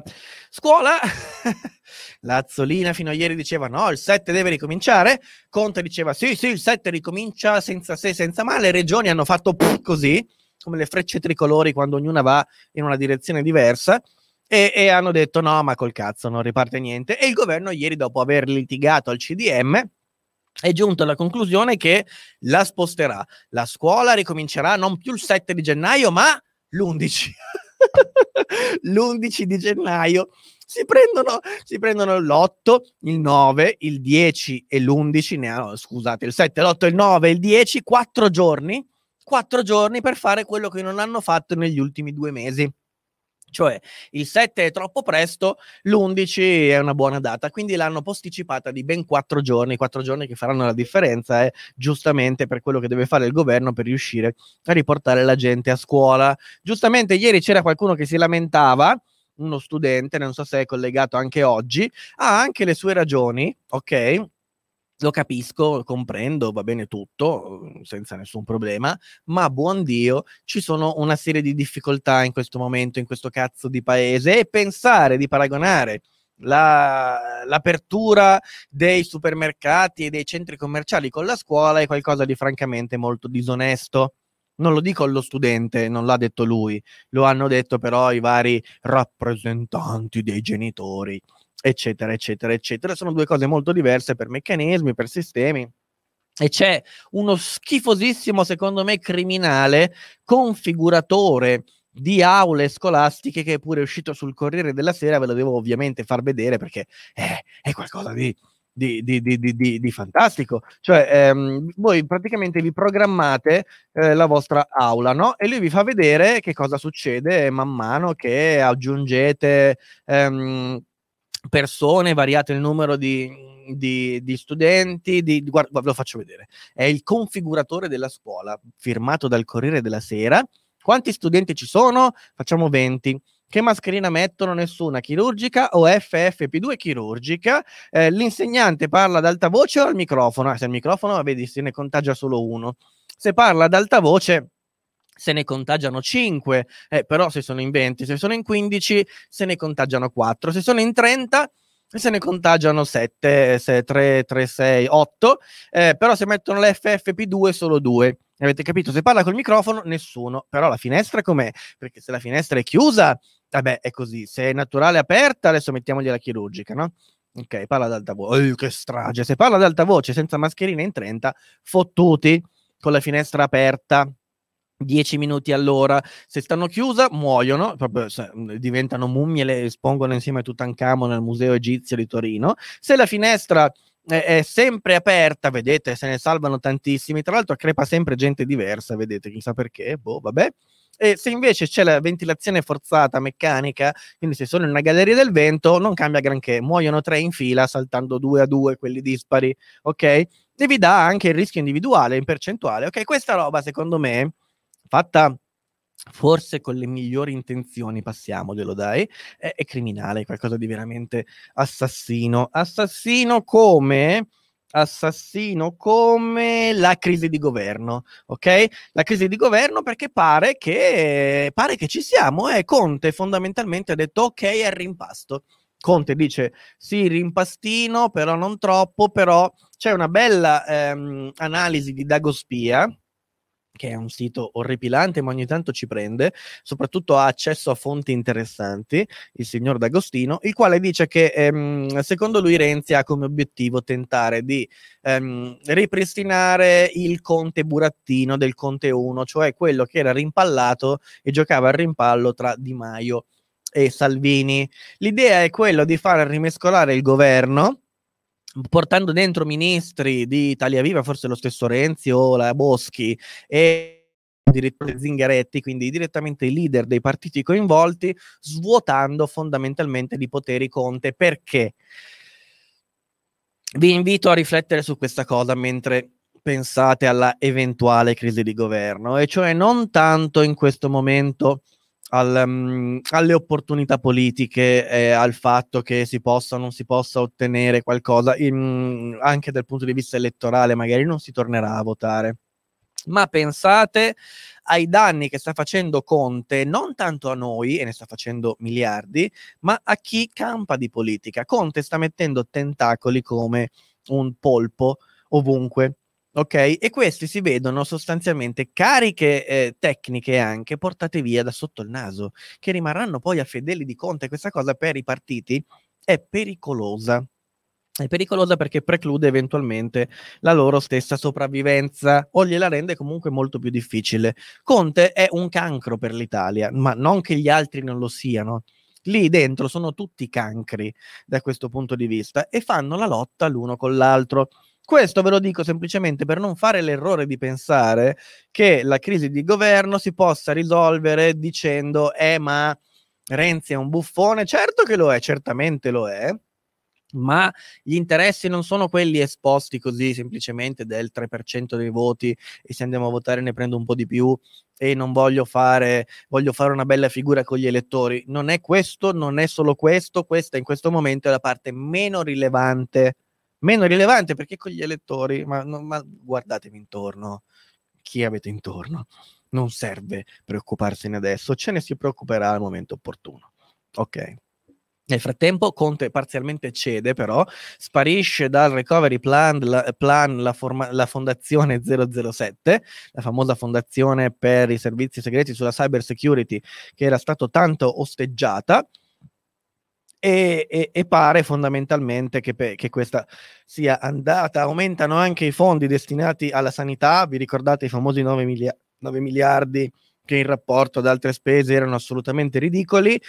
Lazzolina fino a ieri diceva no, il 7 deve ricominciare, Conte diceva sì, il 7 ricomincia senza se, senza ma, le regioni hanno fatto così, come le frecce tricolori quando ognuna va in una direzione diversa, e hanno detto no, ma col cazzo, non riparte niente, e il governo ieri, dopo aver litigato al CDM, è giunto alla conclusione che la sposterà, la scuola ricomincerà non più il 7 di gennaio, ma l'11. L'11 di gennaio, si prendono l'8, il 9, il 10 e l'11, scusate, il 7, l'8, il 9, il 10, 4 giorni per fare quello che non hanno fatto negli ultimi 2 mesi. Cioè il 7 è troppo presto, l'11 è una buona data, quindi l'hanno posticipata di ben 4 giorni che faranno la differenza, giustamente per quello che deve fare il governo per riuscire a riportare la gente a scuola. Giustamente ieri c'era qualcuno che si lamentava, uno studente, non so se è collegato anche oggi, ha anche le sue ragioni, ok? Lo capisco, comprendo, va bene tutto, senza nessun problema, ma buon Dio, ci sono una serie di difficoltà in questo momento, in questo cazzo di paese, e pensare di paragonare l'apertura dei supermercati e dei centri commerciali con la scuola è qualcosa di francamente molto disonesto. Non lo dico allo studente, non l'ha detto lui, lo hanno detto però i vari rappresentanti dei genitori, eccetera, eccetera, eccetera. Sono 2 cose molto diverse per meccanismi, per sistemi. E c'è uno schifosissimo, secondo me, criminale configuratore di aule scolastiche che è pure uscito sul Corriere della Sera. Ve lo devo ovviamente far vedere perché è qualcosa di fantastico. Cioè, voi praticamente vi programmate la vostra aula, no? E lui vi fa vedere che cosa succede man mano che aggiungete persone, variate il numero di studenti, guarda, ve lo faccio vedere. È il configuratore della scuola, firmato dal Corriere della Sera. Quanti studenti ci sono? Facciamo 20. Che mascherina mettono? Nessuna. Chirurgica o FFP2 chirurgica? L'insegnante parla ad alta voce o al microfono? Se al microfono, vedi, se ne contagia solo uno. Se parla ad alta voce, se ne contagiano 5, però se sono in 20, se sono in 15, se ne contagiano 4, se sono in 30, se ne contagiano 7, 3, 6, 8, però se mettono l'FFP2 solo 2. Avete capito? Se parla col microfono, nessuno. Però la finestra com'è? Perché se la finestra è chiusa, vabbè, è così. Se è naturale aperta, adesso mettiamogli la chirurgica, no? Ok, parla ad alta voce. Che strage. Se parla ad alta voce senza mascherina in 30, fottuti, con la finestra aperta 10 minuti all'ora. Se stanno chiusa, muoiono, proprio diventano mummie, le espongono insieme a Tutankhamon al Museo Egizio di Torino. Se la finestra è sempre aperta, vedete, se ne salvano tantissimi. Tra l'altro crepa sempre gente diversa, vedete, chissà perché, boh, vabbè. E se invece c'è la ventilazione forzata meccanica, quindi se sono in una galleria del vento, non cambia granché, muoiono 3 in fila saltando 2 a 2, quelli dispari, ok? E vi dà anche il rischio individuale in percentuale, ok? Questa roba, secondo me, fatta forse con le migliori intenzioni, passiamoglielo, dai, è criminale, è qualcosa di veramente assassino come la crisi di governo, ok? La crisi di governo, perché pare che ci siamo, Conte fondamentalmente ha detto ok al rimpasto. Conte dice sì, rimpastino, però non troppo. Però c'è una bella analisi di Dagospia, che è un sito orripilante, ma ogni tanto ci prende, soprattutto ha accesso a fonti interessanti, il signor D'Agostino, il quale dice che secondo lui Renzi ha come obiettivo tentare di ripristinare il Conte burattino del Conte 1, cioè quello che era rimpallato e giocava al rimpallo tra Di Maio e Salvini. L'idea è quella di far rimescolare il governo, portando dentro ministri di Italia Viva, forse lo stesso Renzi o la Boschi, e addirittura Zingaretti, quindi direttamente i leader dei partiti coinvolti, svuotando fondamentalmente di poteri Conte. Perché? Vi invito a riflettere su questa cosa mentre pensate alla eventuale crisi di governo, e cioè non tanto in questo momento alle opportunità politiche, al fatto che si possa o non si possa ottenere qualcosa, anche dal punto di vista elettorale magari non si tornerà a votare, ma pensate ai danni che sta facendo Conte, non tanto a noi, e ne sta facendo miliardi, ma a chi campa di politica. Conte sta mettendo tentacoli come un polpo ovunque. Ok? E questi si vedono sostanzialmente cariche tecniche anche portate via da sotto il naso, che rimarranno poi a fedeli di Conte. Questa cosa per i partiti è pericolosa. È pericolosa perché preclude eventualmente la loro stessa sopravvivenza o gliela rende comunque molto più difficile. Conte è un cancro per l'Italia, ma non che gli altri non lo siano. lì dentro sono tutti cancri da questo punto di vista e fanno la lotta l'uno con l'altro. Questo ve lo dico semplicemente per non fare l'errore di pensare che la crisi di governo si possa risolvere dicendo ma Renzi è un buffone. Certo che lo è, certamente lo è, ma gli interessi non sono quelli esposti così semplicemente del 3% dei voti e se andiamo a votare ne prendo un po' di più e non voglio fare una bella figura con gli elettori. Non è questo, non è solo questo, questa in questo momento è la parte meno rilevante perché con gli elettori, ma guardatevi intorno, chi avete intorno, non serve preoccuparsene adesso, ce ne si preoccuperà al momento opportuno. Ok. Nel frattempo Conte parzialmente cede, però sparisce dal recovery plan la fondazione 007, la famosa fondazione per i servizi segreti sulla cyber security che era stato tanto osteggiata, e pare fondamentalmente che questa sia andata. Aumentano anche i fondi destinati alla sanità, vi ricordate i famosi 9 miliardi che in rapporto ad altre spese erano assolutamente ridicoli,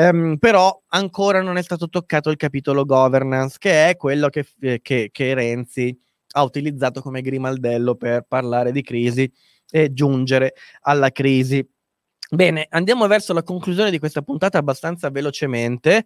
però ancora non è stato toccato il capitolo governance, che è quello che Renzi ha utilizzato come grimaldello per parlare di crisi e giungere alla crisi. Bene, andiamo verso la conclusione di questa puntata abbastanza velocemente.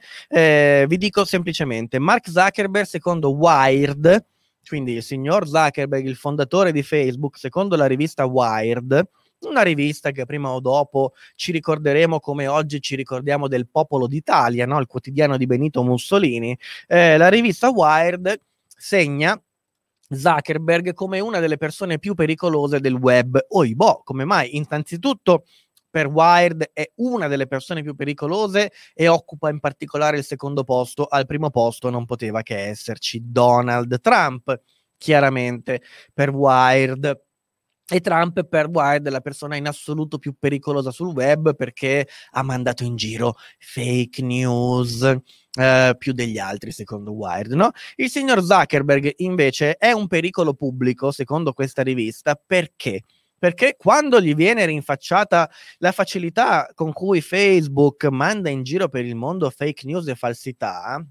Vi dico semplicemente, Mark Zuckerberg, secondo Wired, quindi il signor Zuckerberg, il fondatore di Facebook, secondo la rivista Wired, una rivista che prima o dopo ci ricorderemo come oggi ci ricordiamo del Popolo d'Italia, no? Il quotidiano di Benito Mussolini. La rivista Wired segna Zuckerberg come una delle persone più pericolose del web. Come mai? Innanzitutto, per Wired è una delle persone più pericolose e occupa in particolare il secondo posto. Al primo posto non poteva che esserci Donald Trump, chiaramente per Wired. E Trump per Wired è la persona in assoluto più pericolosa sul web perché ha mandato in giro fake news più degli altri, secondo Wired, no? Il signor Zuckerberg invece è un pericolo pubblico, secondo questa rivista, perché? Perché quando gli viene rinfacciata la facilità con cui Facebook manda in giro per il mondo fake news e falsità,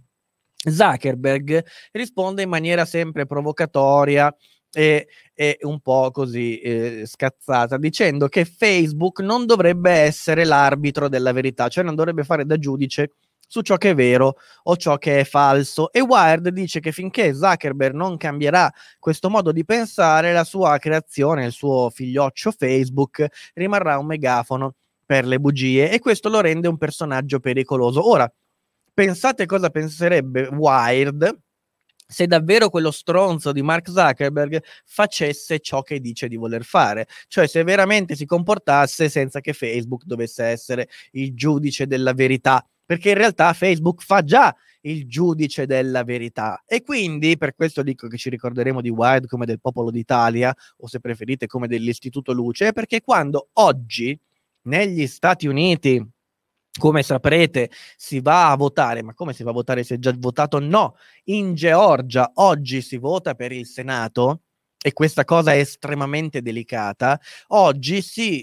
Zuckerberg risponde in maniera sempre provocatoria e un po' così scazzata, dicendo che Facebook non dovrebbe essere l'arbitro della verità, cioè non dovrebbe fare da giudice su ciò che è vero o ciò che è falso. E Wired dice che finché Zuckerberg non cambierà questo modo di pensare, la sua creazione, il suo figlioccio Facebook, rimarrà un megafono per le bugie, e questo lo rende un personaggio pericoloso. Ora, pensate cosa penserebbe Wired se davvero quello stronzo di Mark Zuckerberg facesse ciò che dice di voler fare, cioè se veramente si comportasse senza che Facebook dovesse essere il giudice della verità, perché in realtà Facebook fa già il giudice della verità. E quindi per questo dico che ci ricorderemo di Wired come del Popolo d'Italia, o se preferite come dell'Istituto Luce, perché quando oggi negli Stati Uniti, come saprete, si va a votare, ma come si va a votare se è già votato? No, in Georgia oggi si vota per il Senato, e questa cosa è estremamente delicata. Oggi si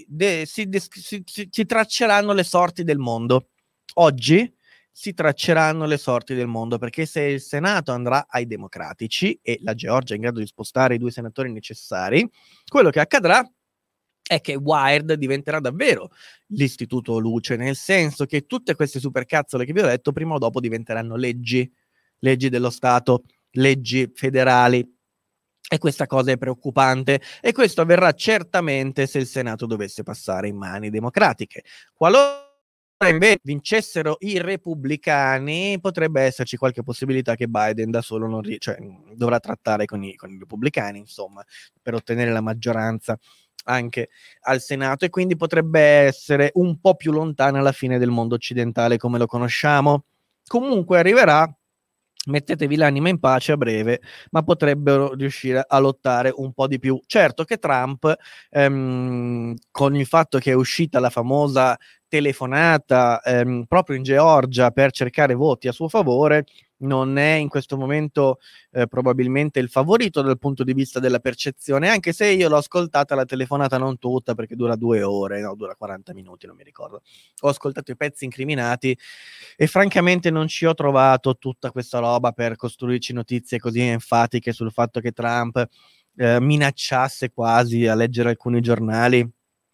tracceranno le sorti del mondo. Oggi si tracceranno le sorti del mondo, perché se il Senato andrà ai democratici e la Georgia è in grado di spostare i 2 senatori necessari, quello che accadrà è che Wired diventerà davvero l'Istituto Luce, nel senso che tutte queste supercazzole che vi ho detto prima o dopo diventeranno leggi dello Stato, leggi federali, e questa cosa è preoccupante, e questo avverrà certamente se il Senato dovesse passare in mani democratiche. Qualora invece vincessero i repubblicani, potrebbe esserci qualche possibilità che Biden da solo dovrà trattare con i repubblicani, insomma, per ottenere la maggioranza anche al Senato, e quindi potrebbe essere un po' più lontana la fine del mondo occidentale come lo conosciamo. Comunque arriverà, mettetevi l'anima in pace a breve, ma potrebbero riuscire a lottare un po' di più. Certo che Trump, con il fatto che è uscita la famosa telefonata proprio in Georgia per cercare voti a suo favore, non è in questo momento probabilmente il favorito dal punto di vista della percezione, anche se io l'ho ascoltata la telefonata non tutta, perché dura 2 ore, no, dura 40 minuti, non mi ricordo. Ho ascoltato i pezzi incriminati e francamente non ci ho trovato tutta questa roba per costruirci notizie così enfatiche sul fatto che Trump minacciasse quasi, a leggere alcuni giornali,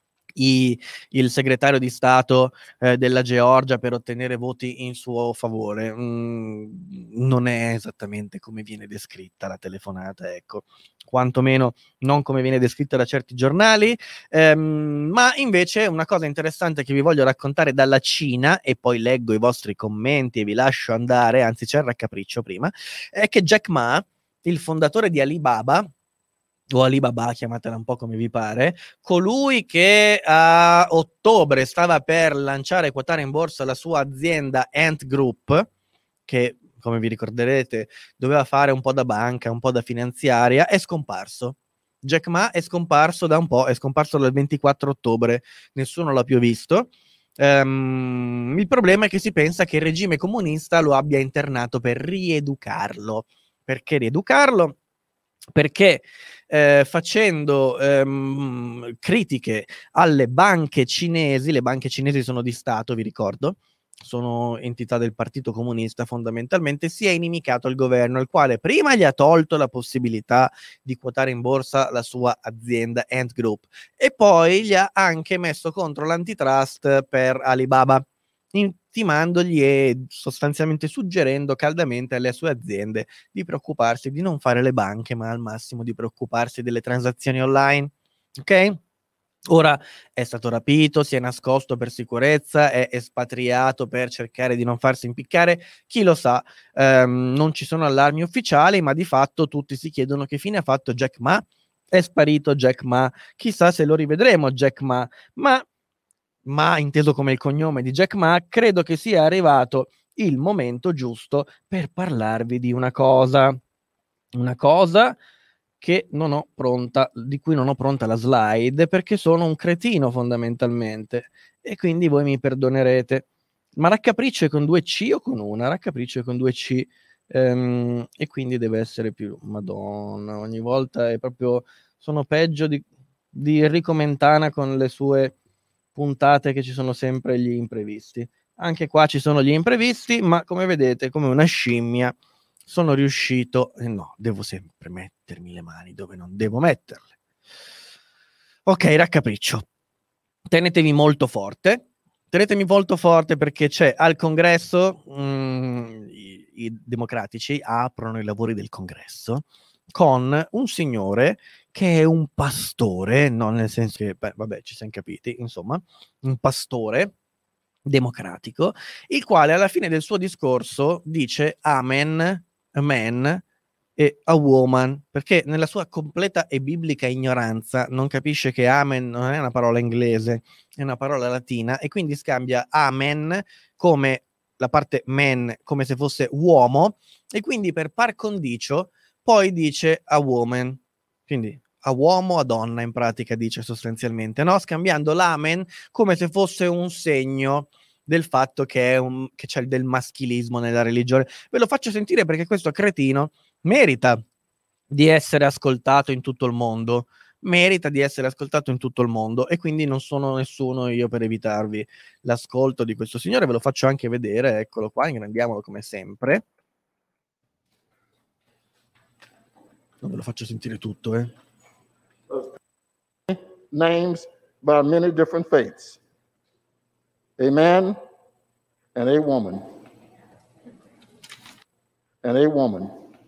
il segretario di Stato della Georgia per ottenere voti in suo favore. Non è esattamente come viene descritta la telefonata, ecco, quantomeno non come viene descritta da certi giornali, ma invece una cosa interessante che vi voglio raccontare dalla Cina, e poi leggo i vostri commenti e vi lascio andare, anzi c'è il raccapriccio prima, è che Jack Ma, il fondatore di Alibaba, o Alibaba, chiamatela un po' come vi pare, colui che a ottobre stava per lanciare e quotare in borsa la sua azienda Ant Group, che come vi ricorderete doveva fare un po' da banca, un po' da finanziaria, è scomparso. Jack Ma è scomparso da un po', è scomparso dal 24 ottobre, nessuno l'ha più visto. Il problema è che si pensa che il regime comunista lo abbia internato per rieducarlo. Perché rieducarlo? Perché facendo critiche alle banche cinesi, le banche cinesi sono di Stato, vi ricordo, sono entità del Partito Comunista fondamentalmente, si è inimicato il governo, il quale prima gli ha tolto la possibilità di quotare in borsa la sua azienda Ant Group e poi gli ha anche messo contro l'antitrust per Alibaba, intimandogli e sostanzialmente suggerendo caldamente alle sue aziende di preoccuparsi di non fare le banche, ma al massimo di preoccuparsi delle transazioni online. Ok? Ora è stato rapito, si è nascosto per sicurezza, è espatriato per cercare di non farsi impiccare, chi lo sa, non ci sono allarmi ufficiali, ma di fatto tutti si chiedono che fine ha fatto Jack Ma. È sparito Jack Ma, chissà se lo rivedremo Jack Ma, ma inteso come il cognome di Jack Ma, credo che sia arrivato il momento giusto per parlarvi di una cosa che non ho pronta, di cui non ho pronta la slide, perché sono un cretino fondamentalmente, e quindi voi mi perdonerete. Ma raccapriccio è con 2 C o con una? Raccapriccio è con 2 C, e quindi deve essere più... Madonna, ogni volta è proprio... Sono peggio di Enrico Mentana con le sue puntate che ci sono sempre gli imprevisti. Anche qua ci sono gli imprevisti, ma come vedete, come una scimmia, sono riuscito, no, devo sempre mettermi le mani dove non devo metterle. Ok, raccapriccio. Tenetemi molto forte perché c'è al congresso, i democratici aprono i lavori del congresso con un signore che è un pastore, non nel senso che, vabbè, ci siamo capiti, insomma, un pastore democratico, il quale alla fine del suo discorso dice amen, a man e a woman, perché nella sua completa e biblica ignoranza non capisce che amen non è una parola inglese, è una parola latina, e quindi scambia amen come la parte man come se fosse uomo, e quindi per par condicio poi dice a woman, quindi a uomo, a donna in pratica dice sostanzialmente, no? Scambiando l'amen come se fosse un segno del fatto che c'è del maschilismo nella religione. Ve lo faccio sentire perché questo cretino merita di essere ascoltato in tutto il mondo, e quindi non sono nessuno io per evitarvi l'ascolto di questo signore. Ve lo faccio anche vedere, eccolo qua, ingrandiamolo come sempre. Non ve lo faccio sentire tutto,
Names by many different faiths. A man and a woman. And a woman.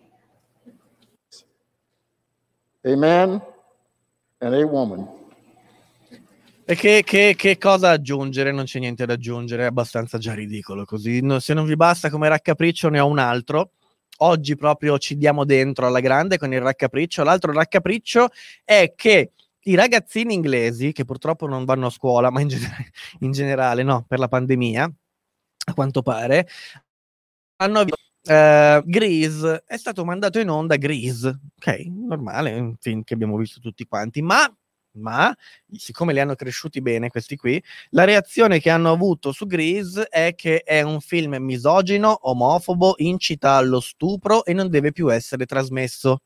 A man and a woman.
E che cosa aggiungere? Non c'è niente da aggiungere, è abbastanza già ridicolo così. No, se non vi basta come raccapriccio ne ho un altro. Oggi proprio ci diamo dentro alla grande con il raccapriccio. L'altro raccapriccio è che i ragazzini inglesi, che purtroppo non vanno a scuola, ma in generale no, per la pandemia, a quanto pare, hanno Grease, è stato mandato in onda Grease, ok, normale, un film che abbiamo visto tutti quanti, ma Ma siccome li hanno cresciuti bene questi qui, la reazione che hanno avuto su Grease è che è un film misogino, omofobo, incita allo stupro e non deve più essere trasmesso.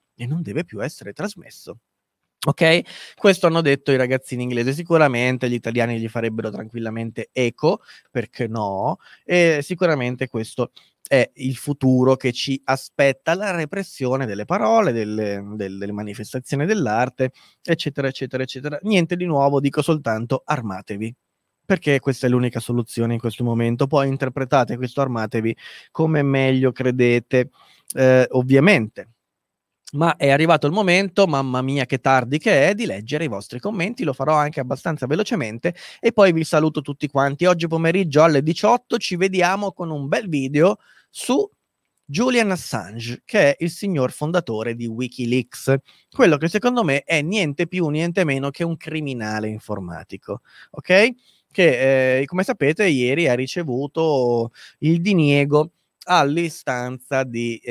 Ok? Questo hanno detto i ragazzini inglesi. Sicuramente gli italiani gli farebbero tranquillamente eco, perché no? E sicuramente questo è il futuro che ci aspetta, la repressione delle parole, delle manifestazioni dell'arte, eccetera, eccetera, eccetera. Niente di nuovo, dico soltanto armatevi, perché questa è l'unica soluzione in questo momento. Poi interpretate questo armatevi come meglio credete, ovviamente. Ma è arrivato il momento, mamma mia che tardi che è, di leggere i vostri commenti, lo farò anche abbastanza velocemente e poi vi saluto tutti quanti. Oggi pomeriggio alle 18 ci vediamo con un bel video su Julian Assange, che è il signor fondatore di Wikileaks, quello che secondo me è niente più, niente meno che un criminale informatico, ok? Che come sapete ieri ha ricevuto il diniego all'istanza di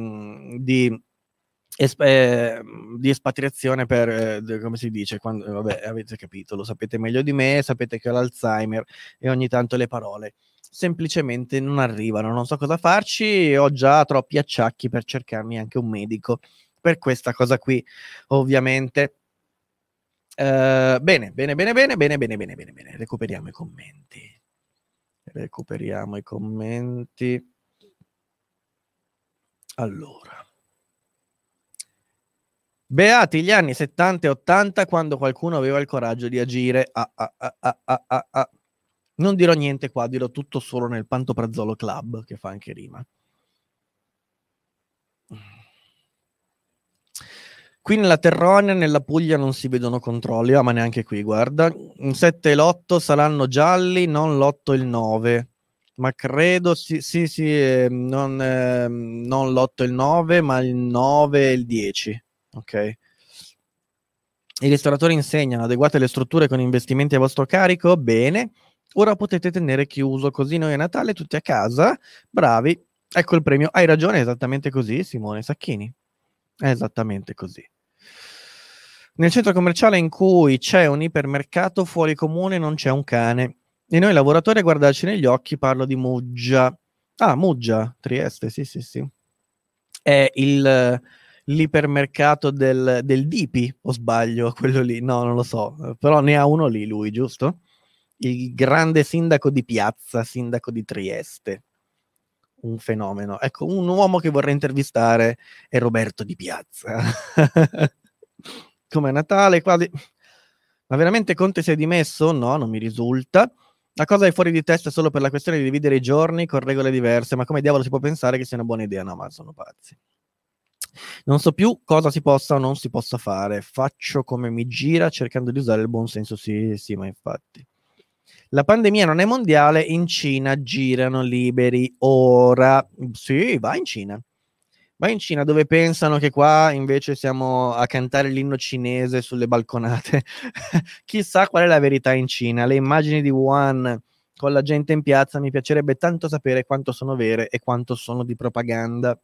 espatriazione per, come si dice, quando, vabbè, avete capito, lo sapete meglio di me, sapete che ho l'Alzheimer e ogni tanto le parole semplicemente non arrivano, non so cosa farci, ho già troppi acciacchi per cercarmi anche un medico per questa cosa qui, ovviamente. Bene, recuperiamo i commenti. Allora, beati gli anni 70 e 80 quando qualcuno aveva il coraggio di agire. Non dirò niente qua, dirò tutto solo nel Pantoprazolo Club, che fa anche rima. Qui nella Terronia, nella Puglia non si vedono controlli, ma neanche qui, guarda. Il 7 e l'8 saranno gialli, non l'8 e il 9. Ma credo, sì, non l'8 e il 9, ma il 9 e il 10. Ok. I ristoratori insegnano, adeguate le strutture con investimenti a vostro carico? Bene. Ora potete tenere chiuso, così noi a Natale tutti a casa. Bravi. Ecco il premio. Hai ragione, è esattamente così, Simone Sacchini. È esattamente così. Nel centro commerciale in cui c'è un ipermercato, fuori comune non c'è un cane. E noi lavoratori a guardarci negli occhi, parlo di Muggia. Ah, Muggia, Trieste, sì. È l'ipermercato del Dipi, o sbaglio, quello lì? No, non lo so, però ne ha uno lì lui, giusto? Il grande sindaco di Piazza, sindaco di Trieste. Un fenomeno. Ecco, un uomo che vorrei intervistare è Roberto Di Piazza. Come a Natale, quasi. Ma veramente Conte si è dimesso? No, non mi risulta. La cosa è fuori di testa solo per la questione di dividere i giorni con regole diverse, ma come diavolo si può pensare che sia una buona idea? No, ma sono pazzi. Non so più cosa si possa o non si possa fare. Faccio come mi gira cercando di usare il buon senso. Sì, ma infatti. La pandemia non è mondiale, in Cina girano liberi ora. Sì, vai in Cina. Vai in Cina dove pensano che qua invece siamo a cantare l'inno cinese sulle balconate. Chissà qual è la verità in Cina. Le immagini di Wuhan con la gente in piazza mi piacerebbe tanto sapere quanto sono vere e quanto sono di propaganda.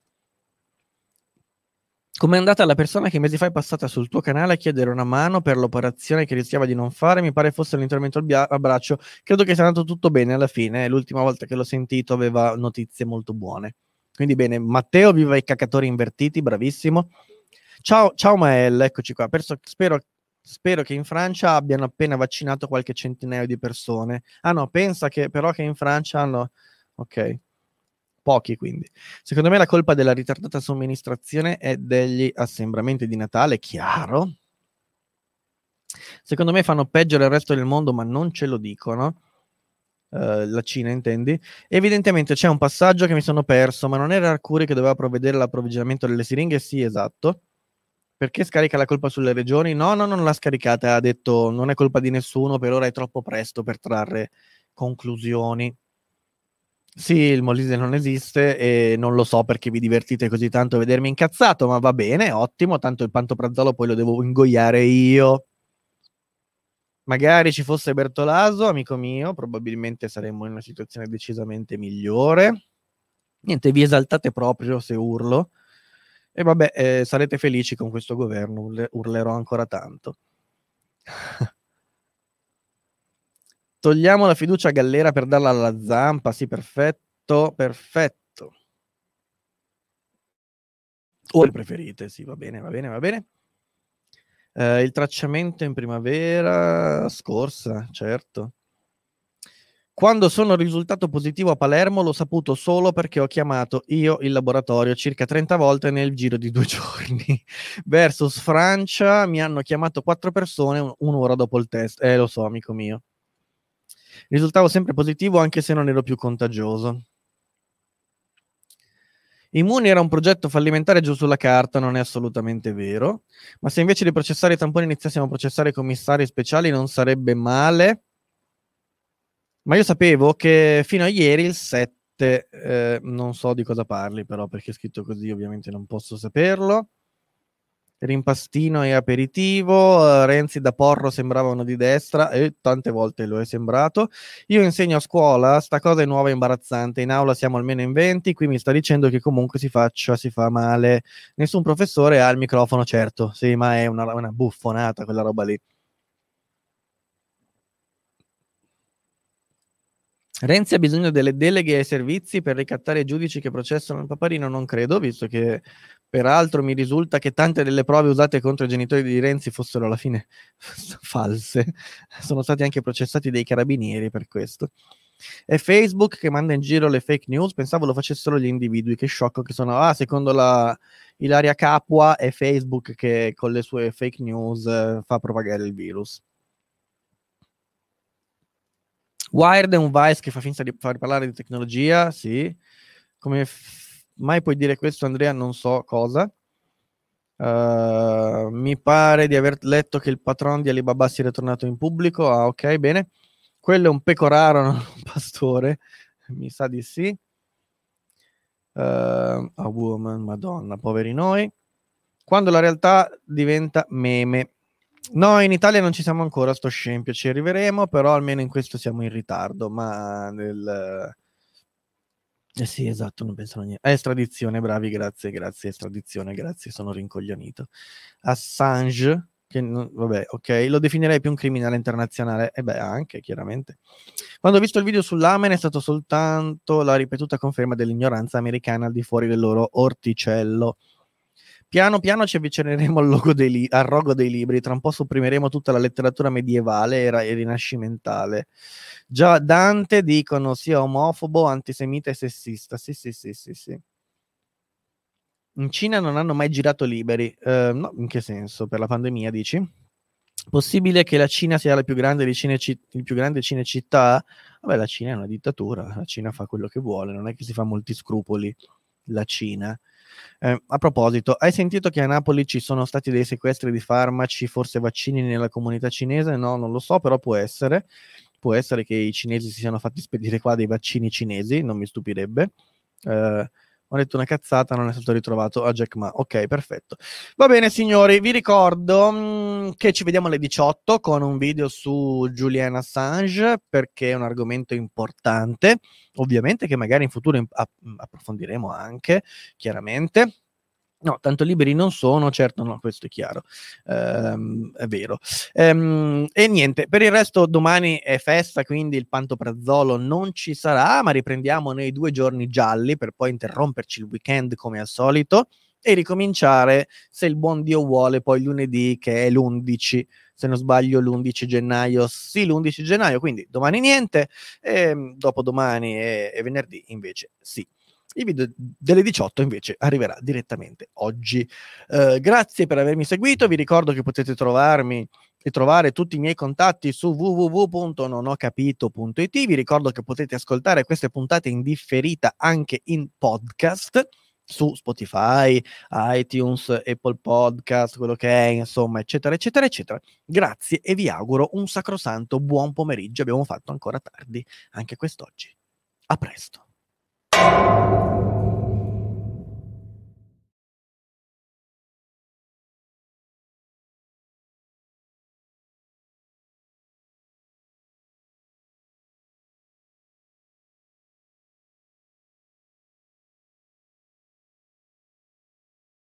Come è andata la persona che mesi fa è passata sul tuo canale a chiedere una mano per l'operazione che rischiava di non fare? Mi pare fosse l'intervento al braccio. Credo che sia andato tutto bene alla fine. L'ultima volta che l'ho sentito aveva notizie molto buone. Quindi bene, Matteo, viva i cacatori invertiti, bravissimo. Ciao Mael, eccoci qua. Spero che in Francia abbiano appena vaccinato qualche centinaio di persone. Ah no, pensa che però che in Francia hanno... Ok. Pochi, quindi. Secondo me la colpa della ritardata somministrazione è degli assembramenti di Natale, chiaro. Secondo me fanno peggio del resto del mondo, ma non ce lo dicono. La Cina, intendi? Evidentemente c'è un passaggio che mi sono perso, ma non era Arcuri che doveva provvedere l'approvvigionamento delle siringhe? Sì, esatto. Perché scarica la colpa sulle regioni? No, non l'ha scaricata, ha detto non è colpa di nessuno, per ora è troppo presto per trarre conclusioni. Sì, il Molise non esiste e non lo so perché vi divertite così tanto a vedermi incazzato, ma va bene, ottimo, tanto il pantoprazolo poi lo devo ingoiare io. Magari ci fosse Bertolaso, amico mio, probabilmente saremmo in una situazione decisamente migliore. Niente, vi esaltate proprio se urlo. E vabbè, sarete felici con questo governo, urlerò ancora tanto. Togliamo la fiducia a Gallera per darla alla Zampa. Sì, perfetto. O le preferite, sì, va bene. Il tracciamento in primavera scorsa, certo. Quando sono risultato positivo a Palermo l'ho saputo solo perché ho chiamato io il laboratorio circa 30 volte nel giro di 2 giorni. Versus Francia mi hanno chiamato 4 persone un'ora dopo il test. Lo so, amico mio. Risultavo sempre positivo anche se non ero più contagioso. Immuni era un progetto fallimentare giù sulla carta, non è assolutamente vero. Ma se invece di processare i tamponi iniziassimo a processare i commissari speciali non sarebbe male. Ma io sapevo che fino a ieri il 7, non so di cosa parli però, perché è scritto così ovviamente non posso saperlo. Rimpastino e aperitivo, Renzi da porro sembrava uno di destra e tante volte lo è sembrato. Io insegno a scuola, sta cosa è nuova e imbarazzante, in aula siamo almeno in 20, qui mi sta dicendo che comunque si fa male. Nessun professore ha il microfono, certo, sì, ma è una buffonata quella roba lì. Renzi ha bisogno delle deleghe ai servizi per ricattare i giudici che processano il Paparino? Non credo, visto che peraltro mi risulta che tante delle prove usate contro i genitori di Renzi fossero alla fine false. Sono stati anche processati dei carabinieri per questo. È Facebook che manda in giro le fake news? Pensavo lo facessero gli individui, che sciocco che sono. Ah, secondo Ilaria Capua è Facebook che con le sue fake news fa propagare il virus. Wired è un Vice che fa finta di far parlare di tecnologia, sì. Come mai puoi dire questo, Andrea? Non so cosa. Mi pare di aver letto che il patron di Alibaba sia ritornato in pubblico. Ah, ok, bene. Quello è un pecoraro, non un pastore. Mi sa di sì. A woman, madonna, poveri noi. Quando la realtà diventa meme. No, in Italia non ci siamo ancora a sto scempio, ci arriveremo, però almeno in questo siamo in ritardo, ma nel... sì, esatto, non pensano a niente. Estradizione, bravi, grazie, estradizione, grazie, sono rincoglionito. Assange, che vabbè, ok, lo definirei più un criminale internazionale, e beh, anche, chiaramente. Quando ho visto il video sull'Amen è stato soltanto la ripetuta conferma dell'ignoranza americana al di fuori del loro orticello. Piano piano ci avvicineremo al rogo dei libri, tra un po' sopprimeremo tutta la letteratura medievale e rinascimentale. Già Dante dicono sia omofobo, antisemita e sessista. Sì. In Cina non hanno mai girato liberi. No, in che senso? Per la pandemia, dici? Possibile che la Cina sia il più grande cinecittà? Vabbè, la Cina è una dittatura, la Cina fa quello che vuole, non è che si fa molti scrupoli la Cina. A proposito, hai sentito che a Napoli ci sono stati dei sequestri di farmaci, forse vaccini nella comunità cinese? No, non lo so, però può essere. Può essere che i cinesi si siano fatti spedire qua dei vaccini cinesi, non mi stupirebbe. Ho detto una cazzata, non è stato ritrovato a Jack Ma. Ok, perfetto. Va bene, signori, vi ricordo che ci vediamo alle 18 con un video su Julian Assange, perché è un argomento importante, ovviamente, che magari in futuro approfondiremo anche, chiaramente. No, tanto liberi non sono, certo, no, questo è chiaro, è vero. E niente, per il resto domani è festa, quindi il pantoprazolo non ci sarà, ma riprendiamo nei 2 giorni gialli per poi interromperci il weekend come al solito e ricominciare, se il buon Dio vuole, poi lunedì, che è l'11, se non sbaglio l'11 gennaio, sì, l'11 gennaio, quindi domani niente, e dopodomani e venerdì invece sì. Il video delle 18 invece arriverà direttamente oggi. Grazie per avermi seguito, vi ricordo che potete trovarmi e trovare tutti i miei contatti su www.nonhocapito.it. Vi ricordo che potete ascoltare queste puntate in differita anche in podcast su Spotify, iTunes, Apple Podcast, quello che è, insomma, eccetera. Grazie e vi auguro un sacrosanto buon pomeriggio. Abbiamo fatto ancora tardi anche quest'oggi. A presto.